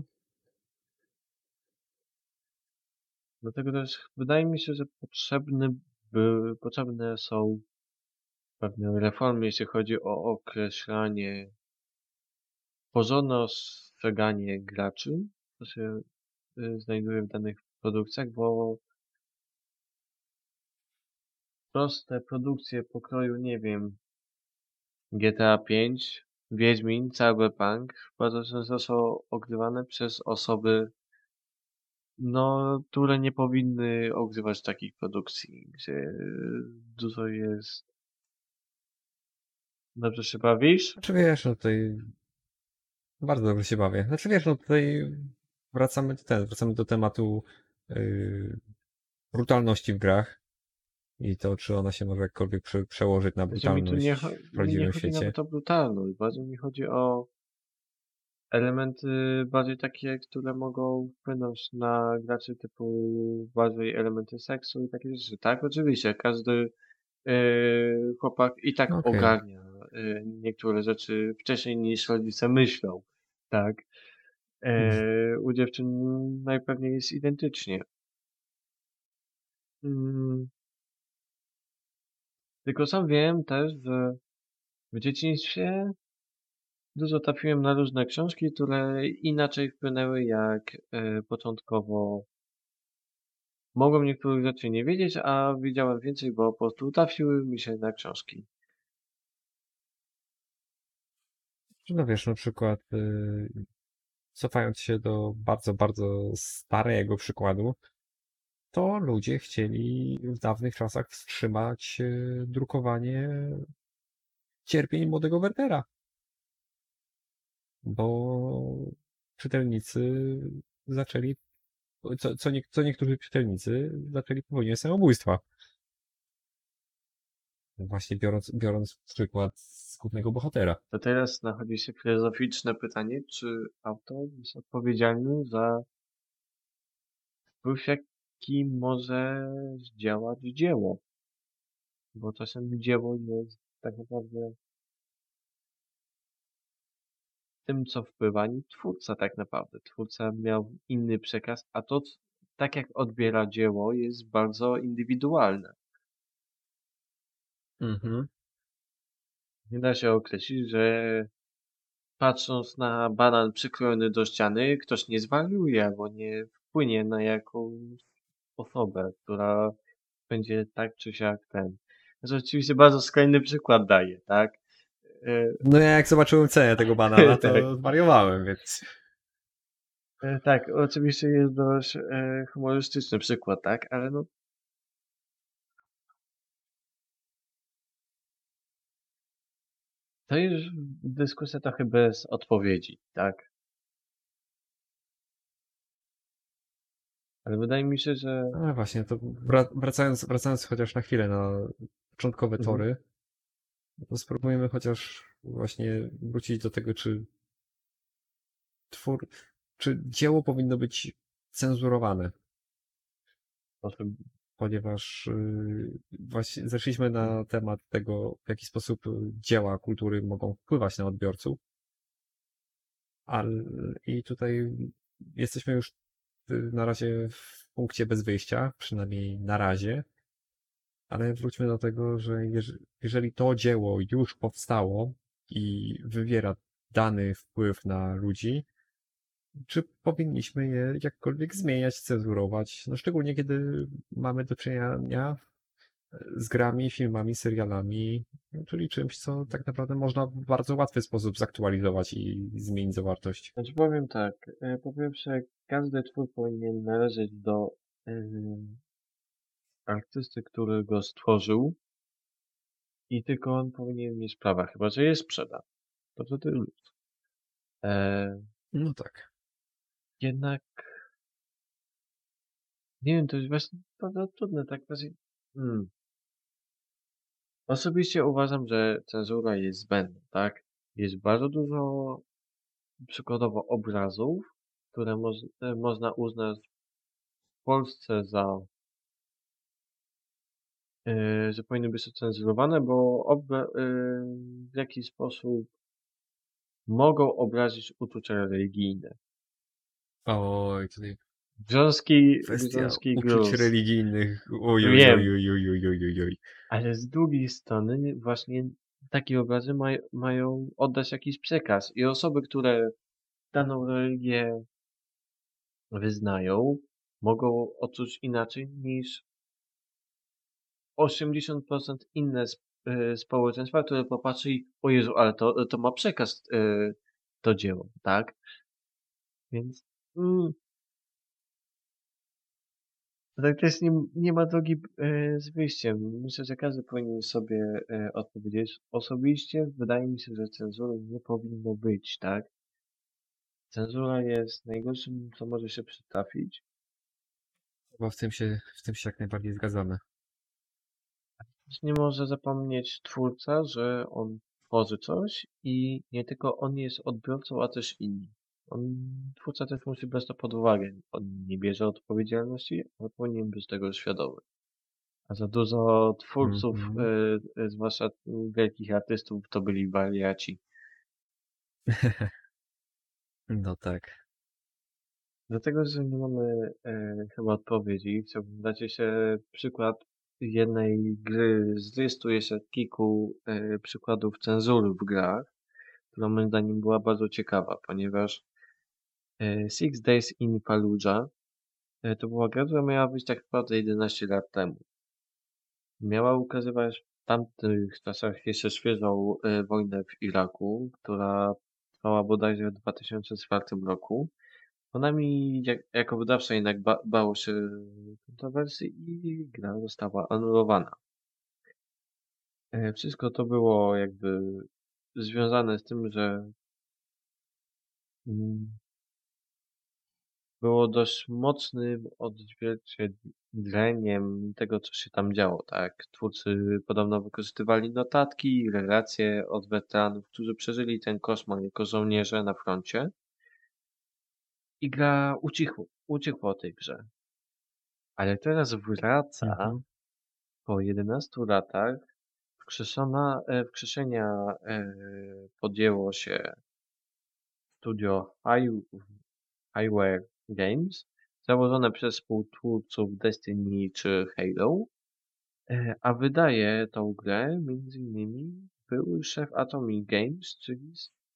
dlatego też wydaje mi się, że potrzebne są pewne reformy, jeśli chodzi o określanie, porządne ostrzeganie graczy, co się znajduje w danych produkcjach, bo proste produkcje pokroju, nie wiem, GTA 5, Wiedźmin, Cyberpunk bardzo często są ogrywane przez osoby, no, które nie powinny ogrywać takich produkcji, gdzie dużo jest. Dobrze się bawisz? Znaczy wiesz, no tutaj bardzo dobrze się bawię. Znaczy wiesz, no tutaj wracamy do tematu yy, brutalności w grach i to, czy ona się może jakkolwiek przełożyć na Że mi tu brutalność w nie prawdziwym chodzi świecie. nawet o brutalność, bardziej mi chodzi o elementy bardziej takie, które mogą wpłynąć na graczy, typu bardziej elementy seksu i takie rzeczy. Tak, oczywiście, każdy chłopak i tak No okej. ogarnia niektóre rzeczy wcześniej niż rodzice myślą, tak? U dziewczyn najpewniej jest identycznie. Mm, Tylko sam wiem też, że w dzieciństwie dużo trafiłem na różne książki, które inaczej wpłynęły, jak początkowo mogłem niektórych rzeczy nie wiedzieć, a wiedziałem więcej, bo po prostu trafiły mi się na książki. No wiesz, na przykład cofając się do bardzo, bardzo starego przykładu, to ludzie chcieli w dawnych czasach wstrzymać drukowanie cierpień młodego Wertera, bo czytelnicy zaczęli, co niektórzy czytelnicy zaczęli popełniać samobójstwa. Właśnie biorąc przykład z głównego bohatera. To teraz nachodzi się filozoficzne pytanie, czy autor jest odpowiedzialny za wpływ, jaki może zdziałać dzieło? Bo czasem dzieło jest tak naprawdę tym, co wpływa, nie twórca tak naprawdę. Twórca miał inny przekaz, a to, tak jak odbiera dzieło, jest bardzo indywidualne. Mhm. Nie da się określić, że patrząc na banan przyklejony do ściany, ktoś nie zwariuje albo nie wpłynie na jakąś osobę, która będzie tak czy siak ten. Znaczy, oczywiście bardzo skrajny przykład daję, tak? No ja jak zobaczyłem cenę tego banana, Tak. to zwariowałem, więc... Tak, oczywiście jest dość humorystyczny przykład, tak? Ale no, to już dyskusja trochę bez odpowiedzi, tak? Ale wydaje mi się, że Ale właśnie, to wracając chociaż na chwilę na początkowe mhm, tory, to spróbujemy chociaż właśnie wrócić do tego, twór, czy dzieło powinno być cenzurowane, sposób, ponieważ właśnie zeszliśmy na temat tego, w jaki sposób dzieła kultury mogą wpływać na odbiorców, i tutaj jesteśmy już na razie w punkcie bez wyjścia, przynajmniej na razie, ale wróćmy do tego, że jeżeli to dzieło już powstało i wywiera dany wpływ na ludzi, czy powinniśmy je jakkolwiek zmieniać, cenzurować? No szczególnie kiedy mamy do czynienia z grami, filmami, serialami, czyli czymś, co tak naprawdę można w bardzo łatwy sposób zaktualizować i zmienić zawartość. Znaczy powiem tak, po pierwsze każdy twór powinien należeć do artysty, który go stworzył i tylko on powinien mieć prawa, chyba że je sprzeda. To wtedy luz. E, No tak. Jednak, nie wiem, to jest właśnie bardzo trudne, tak właśnie. Hmm. Osobiście uważam, że cenzura jest zbędna, tak? Jest bardzo dużo przykładowo obrazów, które można uznać w Polsce za, że powinny być ocenzurowane, bo w jakiś sposób mogą obrazić uczucia religijne. Oj, tutaj kwestia Grząski uczuć gruz. religijnych. Oj, oj, oj, Wiem, oj, oj, oj, oj, oj, oj. ale z drugiej strony właśnie takie obrazy mają oddać jakiś przekaz i osoby, które daną religię wyznają, mogą odczuć inaczej niż 80% inne społeczeństwa, które popatrzy i o Jezu, ale to ma przekaz to dzieło, tak? Więc mm, tak też nie ma drogi z wyjściem. Myślę, że każdy powinien sobie odpowiedzieć. Osobiście wydaje mi się, że cenzury nie powinno być, tak? Cenzura jest najgorszym, co może się przytrafić. Bo w tym się jak najbardziej zgadzamy. Też nie może zapomnieć twórca, że on tworzy coś i nie tylko on jest odbiorcą, a też inni. Twórca też musi brać to pod uwagę. On nie bierze odpowiedzialności, ale powinien być tego świadomy. A za dużo twórców, Mhm. zwłaszcza wielkich artystów, to byli wariaci. No tak. Dlatego, że nie mamy chyba odpowiedzi, chciałbym dać jeszcze przykład jednej gry z listu jeszcze kilku przykładów cenzury w grach, która moim zdaniem była bardzo ciekawa, ponieważ Six Days in Fallujah to była gra, która miała wyjść tak naprawdę 11 lat temu. Miała ukazywać w tamtych czasach jeszcze świeżą wojnę w Iraku, która trwała bodajże w 2004 roku. Konami jako wydawca jednak bało się kontrowersji i gra została anulowana. Wszystko to było jakby związane z tym, że mm, było dość mocnym odzwierciedleniem tego, co się tam działo, tak? Twórcy podobno wykorzystywali notatki, relacje od weteranów, którzy przeżyli ten koszmar jako żołnierze na froncie i gra ucichło tej grze. Ale teraz wraca Mhm. po 11 latach. Wkrzeszenia podjęło się studio Highware Games, założone przez współtwórców Destiny czy Halo, a wydaje tą grę m.in. były szef Atomic Games, czyli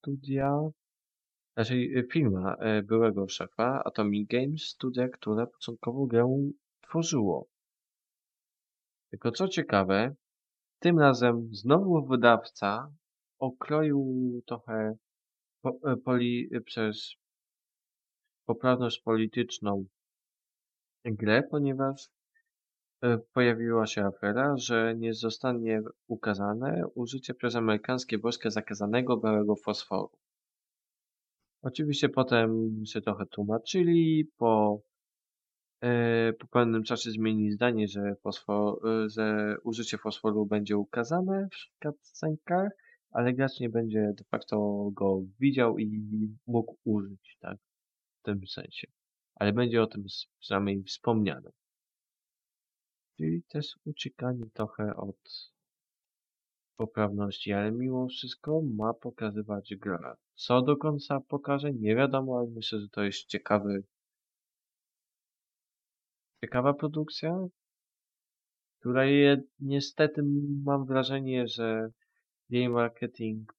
firma byłego szefa Atomic Games, studia, które początkowo grę tworzyło. Tylko co ciekawe, tym razem znowu wydawca okroił trochę przez poprawność polityczną grę, ponieważ pojawiła się afera, że nie zostanie ukazane użycie przez amerykańskie wojska zakazanego białego fosforu. Oczywiście potem się trochę tłumaczyli, po pewnym czasie zmienili zdanie, że użycie fosforu będzie ukazane w cutscenkach, ale gracz nie będzie de facto go widział i mógł użyć, tak, w tym sensie. Ale będzie o tym przynajmniej wspomniane. Czyli też uciekanie trochę od poprawności, ale mimo wszystko ma pokazywać gra. Co do końca pokaże, nie wiadomo, ale myślę, że to jest ciekawa produkcja, która niestety mam wrażenie, że jej marketing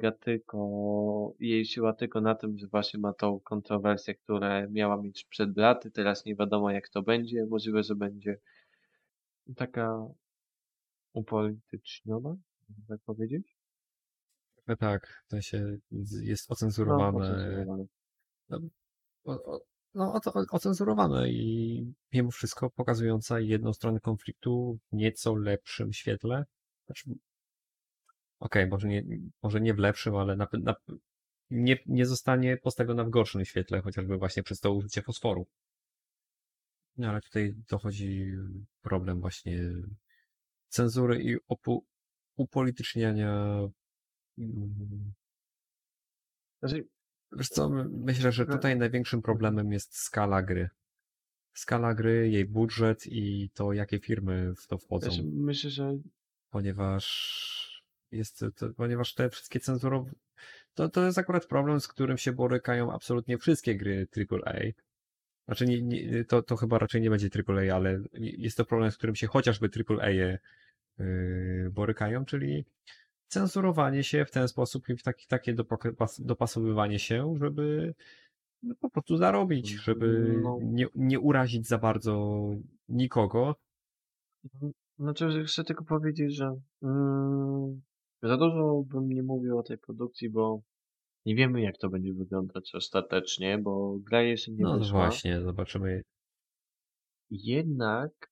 jej siła tylko na tym, że właśnie ma tą kontrowersję, która miała mieć przed laty, teraz nie wiadomo jak to będzie, możliwe, że będzie taka upolityczniona, można tak powiedzieć? Tak, to się jest No, ocenzurowane. ocenzurowana. No, ocenzurowane i mimo wszystko pokazująca jedną stronę konfliktu w nieco lepszym świetle. Znaczy, okej, może nie w lepszym, ale nie zostanie postawiona w gorszym świetle, chociażby właśnie przez to użycie fosforu. No ale tutaj dochodzi problem właśnie cenzury i upolityczniania. mm, Znaczy, Wiesz co, myślę, że tutaj największym mhm. problemem jest skala gry. Skala gry, jej budżet i to, jakie firmy w to Znaczy, wchodzą. myślę, że Ponieważ te wszystkie cenzurowe. To jest akurat problem, z którym się borykają absolutnie wszystkie gry AAA. Znaczy, to chyba raczej nie będzie AAA, ale jest to problem, z którym się chociażby AAA borykają, czyli cenzurowanie się w ten sposób i takie dopasowywanie się, żeby no, po prostu zarobić, żeby no, nie urazić za bardzo nikogo. znaczy, że chcę tylko powiedzieć, że za dużo bym nie mówił o tej produkcji, bo nie wiemy, jak to będzie wyglądać ostatecznie, bo gra jeszcze nie No to wyszła. właśnie, zobaczymy. Jednak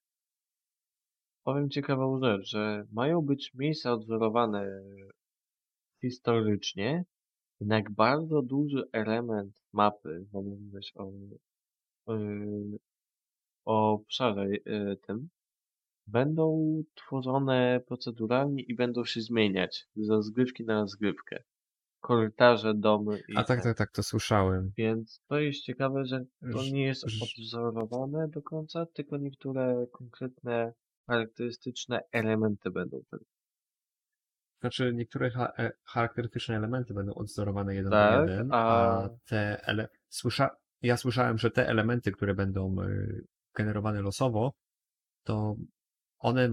powiem ciekawą rzecz, że mają być miejsca odwzorowane historycznie, jednak bardzo duży element mapy, bo mówiłeś yy, o obszarze tym, będą tworzone proceduralnie i będą się zmieniać z rozgrywki na rozgrywkę. Korytarze, domy A i tak, ten. tak, tak, to słyszałem. Więc to jest ciekawe, że to Ż- nie jest ż- odwzorowane do końca, tylko niektóre konkretne, charakterystyczne elementy będą tego. Znaczy, niektóre charakterystyczne elementy będą odwzorowane jeden do Tak, jeden, a a ja słyszałem, że te elementy, które będą generowane losowo, to one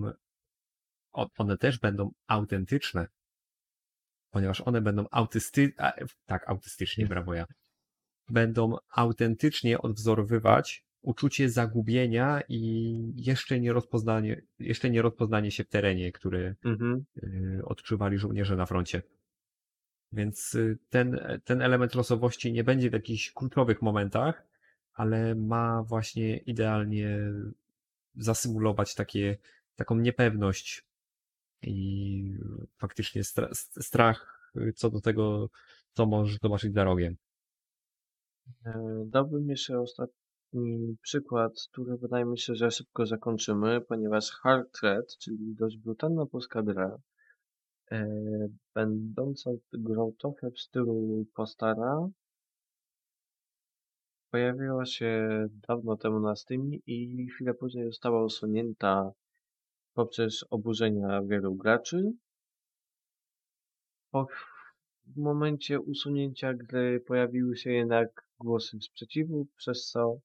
one też będą autentyczne, ponieważ one będą autystycznie, brawo ja, będą autentycznie odwzorowywać uczucie zagubienia i jeszcze nie rozpoznanie się w terenie, które mhm. odczuwali żołnierze na froncie. Więc ten element losowości nie będzie w jakichś kluczowych momentach, ale ma właśnie idealnie zasymulować taką niepewność i faktycznie strach co do tego, co możesz zobaczyć za rogiem. Dałbym jeszcze ostatni przykład, który wydaje mi się, że szybko zakończymy, ponieważ Hard Threat, czyli dość brutalna polska gra, e, będąca grą trochę w stylu Postara, pojawiła się dawno temu na Steamie i chwilę później została usunięta poprzez oburzenia wielu graczy. W momencie usunięcia gry pojawiły się jednak głosy sprzeciwu, przez co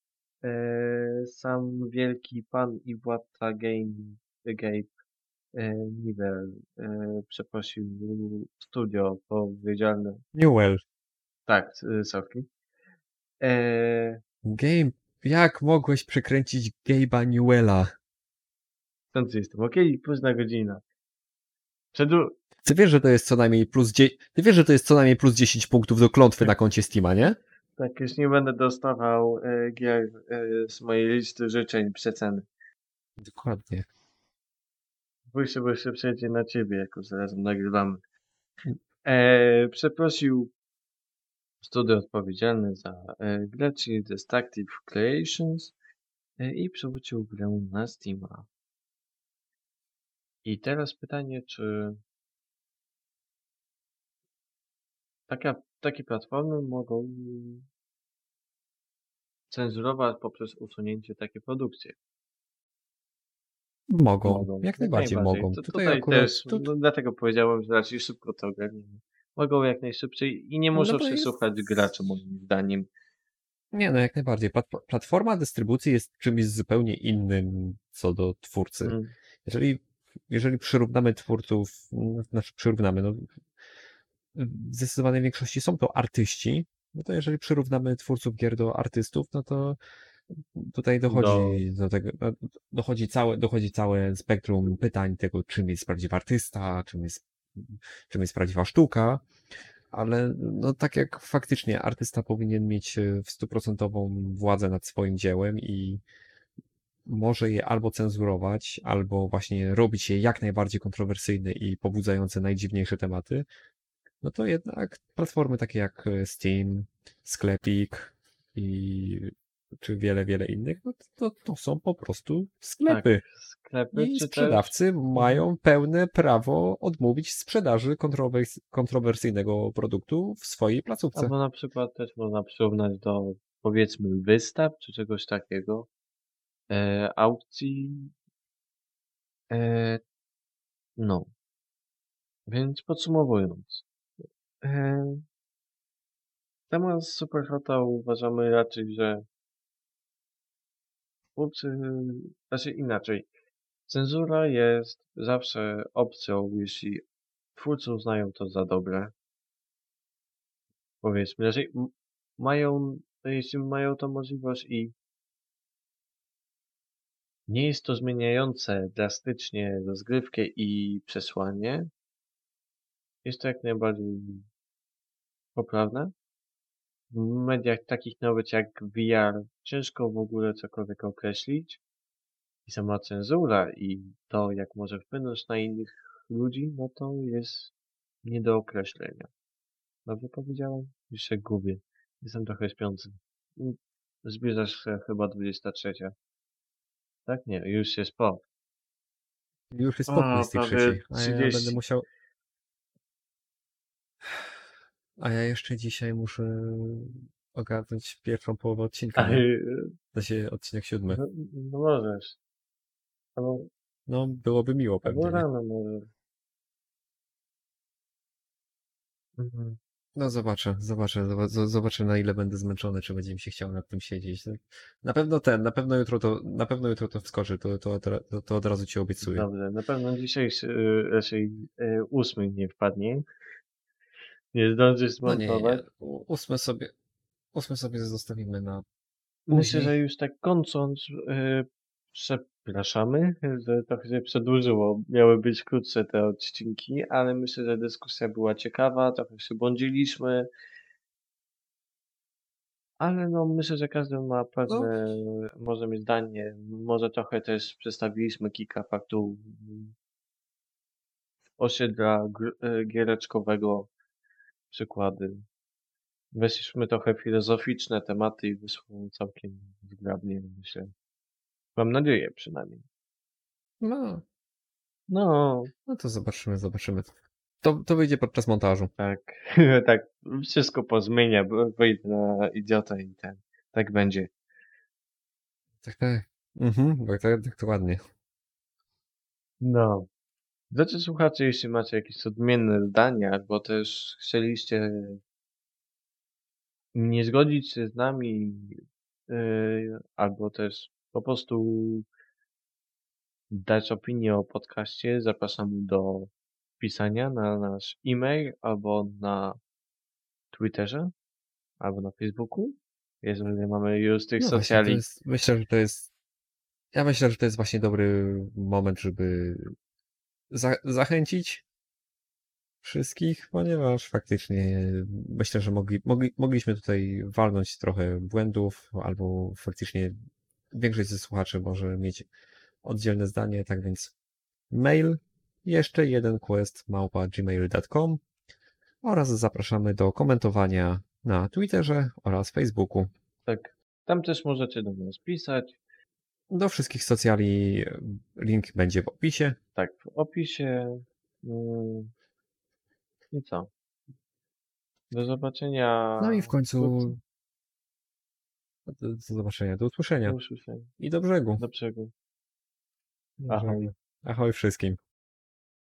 sam wielki pan i władca Gabe Newell przeprosił studio odpowiedzialne. Newell. Tak, sorki. E, Game, jak mogłeś przekręcić Gabe'a Newella? Skąd jestem? Okej, późna godzina. Przedu... Ty wiesz, że to jest co najmniej Ty wiesz, że to jest co najmniej plus 10 punktów do klątwy na koncie Steama, nie? Tak, już nie będę dostawał gier z mojej listy życzeń przeceny. Dokładnie. Bój się, bo się przejdzie na ciebie, jako że razem nagrywamy. Przeprosił studio odpowiedzialne za grę, czyli Destructive Creations i przywrócił grę na Steama. I teraz pytanie, czy takie platformy mogą cenzurować poprzez usunięcie takie produkcje? Mogą, Mogą, jak jak najbardziej najbardziej. mogą. To Tutaj tutaj akurat, też, no dlatego powiedziałem, że raczej szybko to ogarniemy. Mogą jak najszybciej i nie no muszą bo jest, przesłuchać gracza, moim zdaniem. nie no, jak najbardziej. Platforma dystrybucji jest czymś zupełnie innym co do twórcy. Mm, Jeżeli przyrównamy twórców, znaczy przyrównamy, no, w zdecydowanej większości są to artyści, no to jeżeli przyrównamy twórców gier do artystów, no to Tutaj do... dochodzi do tego, dochodzi całe spektrum pytań tego, czym jest prawdziwy artysta, czym jest prawdziwa sztuka, ale no tak jak faktycznie artysta powinien mieć w 100% władzę nad swoim dziełem i może je albo cenzurować, albo właśnie robić je jak najbardziej kontrowersyjne i pobudzające najdziwniejsze tematy, no to jednak platformy takie jak Steam, Sklepik i czy wiele innych, no to są po prostu Tak, sklepy. sklepy, I czy też... sprzedawcy mają pełne prawo odmówić sprzedaży kontrowersyjnego produktu w swojej placówce. Albo na przykład też można przyrównać do, powiedzmy, wystaw, czy czegoś takiego, aukcji, e, no. Więc podsumowując, e, temat Superhota uważamy raczej, że twórcy, znaczy inaczej, cenzura jest zawsze opcją, jeśli twórcy uznają to za dobre. Powiedzmy, jeżeli mają, jeśli mają tą możliwość i nie jest to zmieniające drastycznie rozgrywkę i przesłanie, jest to jak najbardziej poprawne. W mediach takich nawet jak VR ciężko w ogóle cokolwiek określić i sama cenzura i to, jak może wpłynąć na innych ludzi, no to jest nie do określenia. Dobrze powiedziałem? Już się gubię. Jestem trochę śpiący. Zbliża się chyba 23. Tak? Nie, już jest po. Już jest po O, prawie 23, a ja będę 30. musiał. A ja jeszcze dzisiaj muszę ogarnąć pierwszą połowę odcinka, Ale, nie? To się odcinek 7. no możesz. Albo, No, byłoby miło albo pewnie, nie? rano może. Mhm. No zobaczę na ile będę zmęczony, czy będzie mi się chciało nad tym siedzieć. Na pewno jutro to wskoczy, to od razu ci obiecuję. Dobrze, na pewno dzisiejszy, raczej 8 nie wpadnie. Nie zdążysz No nie. zmontować. Ósmy sobie zostawimy na Myślę, później. że już tak kończąc, przepraszamy, że trochę się przedłużyło. Miały być krótsze te odcinki, ale myślę, że dyskusja była ciekawa, trochę się błądziliśmy, ale no myślę, że każdy ma No, pewne, może mieć zdanie, może trochę też przedstawiliśmy kilka faktów osiedla giereczkowego, przykłady. Weszliśmy trochę w filozoficzne tematy i wyszło całkiem zgrabnie, myślę. Mam nadzieję przynajmniej. no, No, no to zobaczymy. To wyjdzie podczas montażu. tak, tak, wszystko pozmienia, bo wyjdę na idiotę i ten, tak będzie. Tak. Mhm, tak dokładnie. No. Drodzy słuchacze, jeśli macie jakieś odmienne zdania, albo też chcieliście nie zgodzić się z nami, albo też po prostu dać opinię o podcaście, zapraszamy do pisania na nasz e-mail albo na Twitterze, albo na Facebooku, jeżeli mamy już tych No właśnie, socjali. ja myślę, że to jest właśnie dobry moment, żeby zachęcić wszystkich, ponieważ faktycznie myślę, że mogliśmy tutaj walnąć trochę błędów, albo faktycznie większość ze słuchaczy może mieć oddzielne zdanie, tak więc mail, jeszcze jeden quest @gmail.com oraz zapraszamy do komentowania na Twitterze oraz Facebooku. Tak, tam też możecie do nas pisać. Do wszystkich socjali link będzie w opisie. Tak, w opisie. I co? Do zobaczenia No i w końcu wkrótce. do zobaczenia, do Do usłyszenia usłyszenia. i do brzegu. Do brzegu. Do Ahoj. brzegu. Ahoj wszystkim.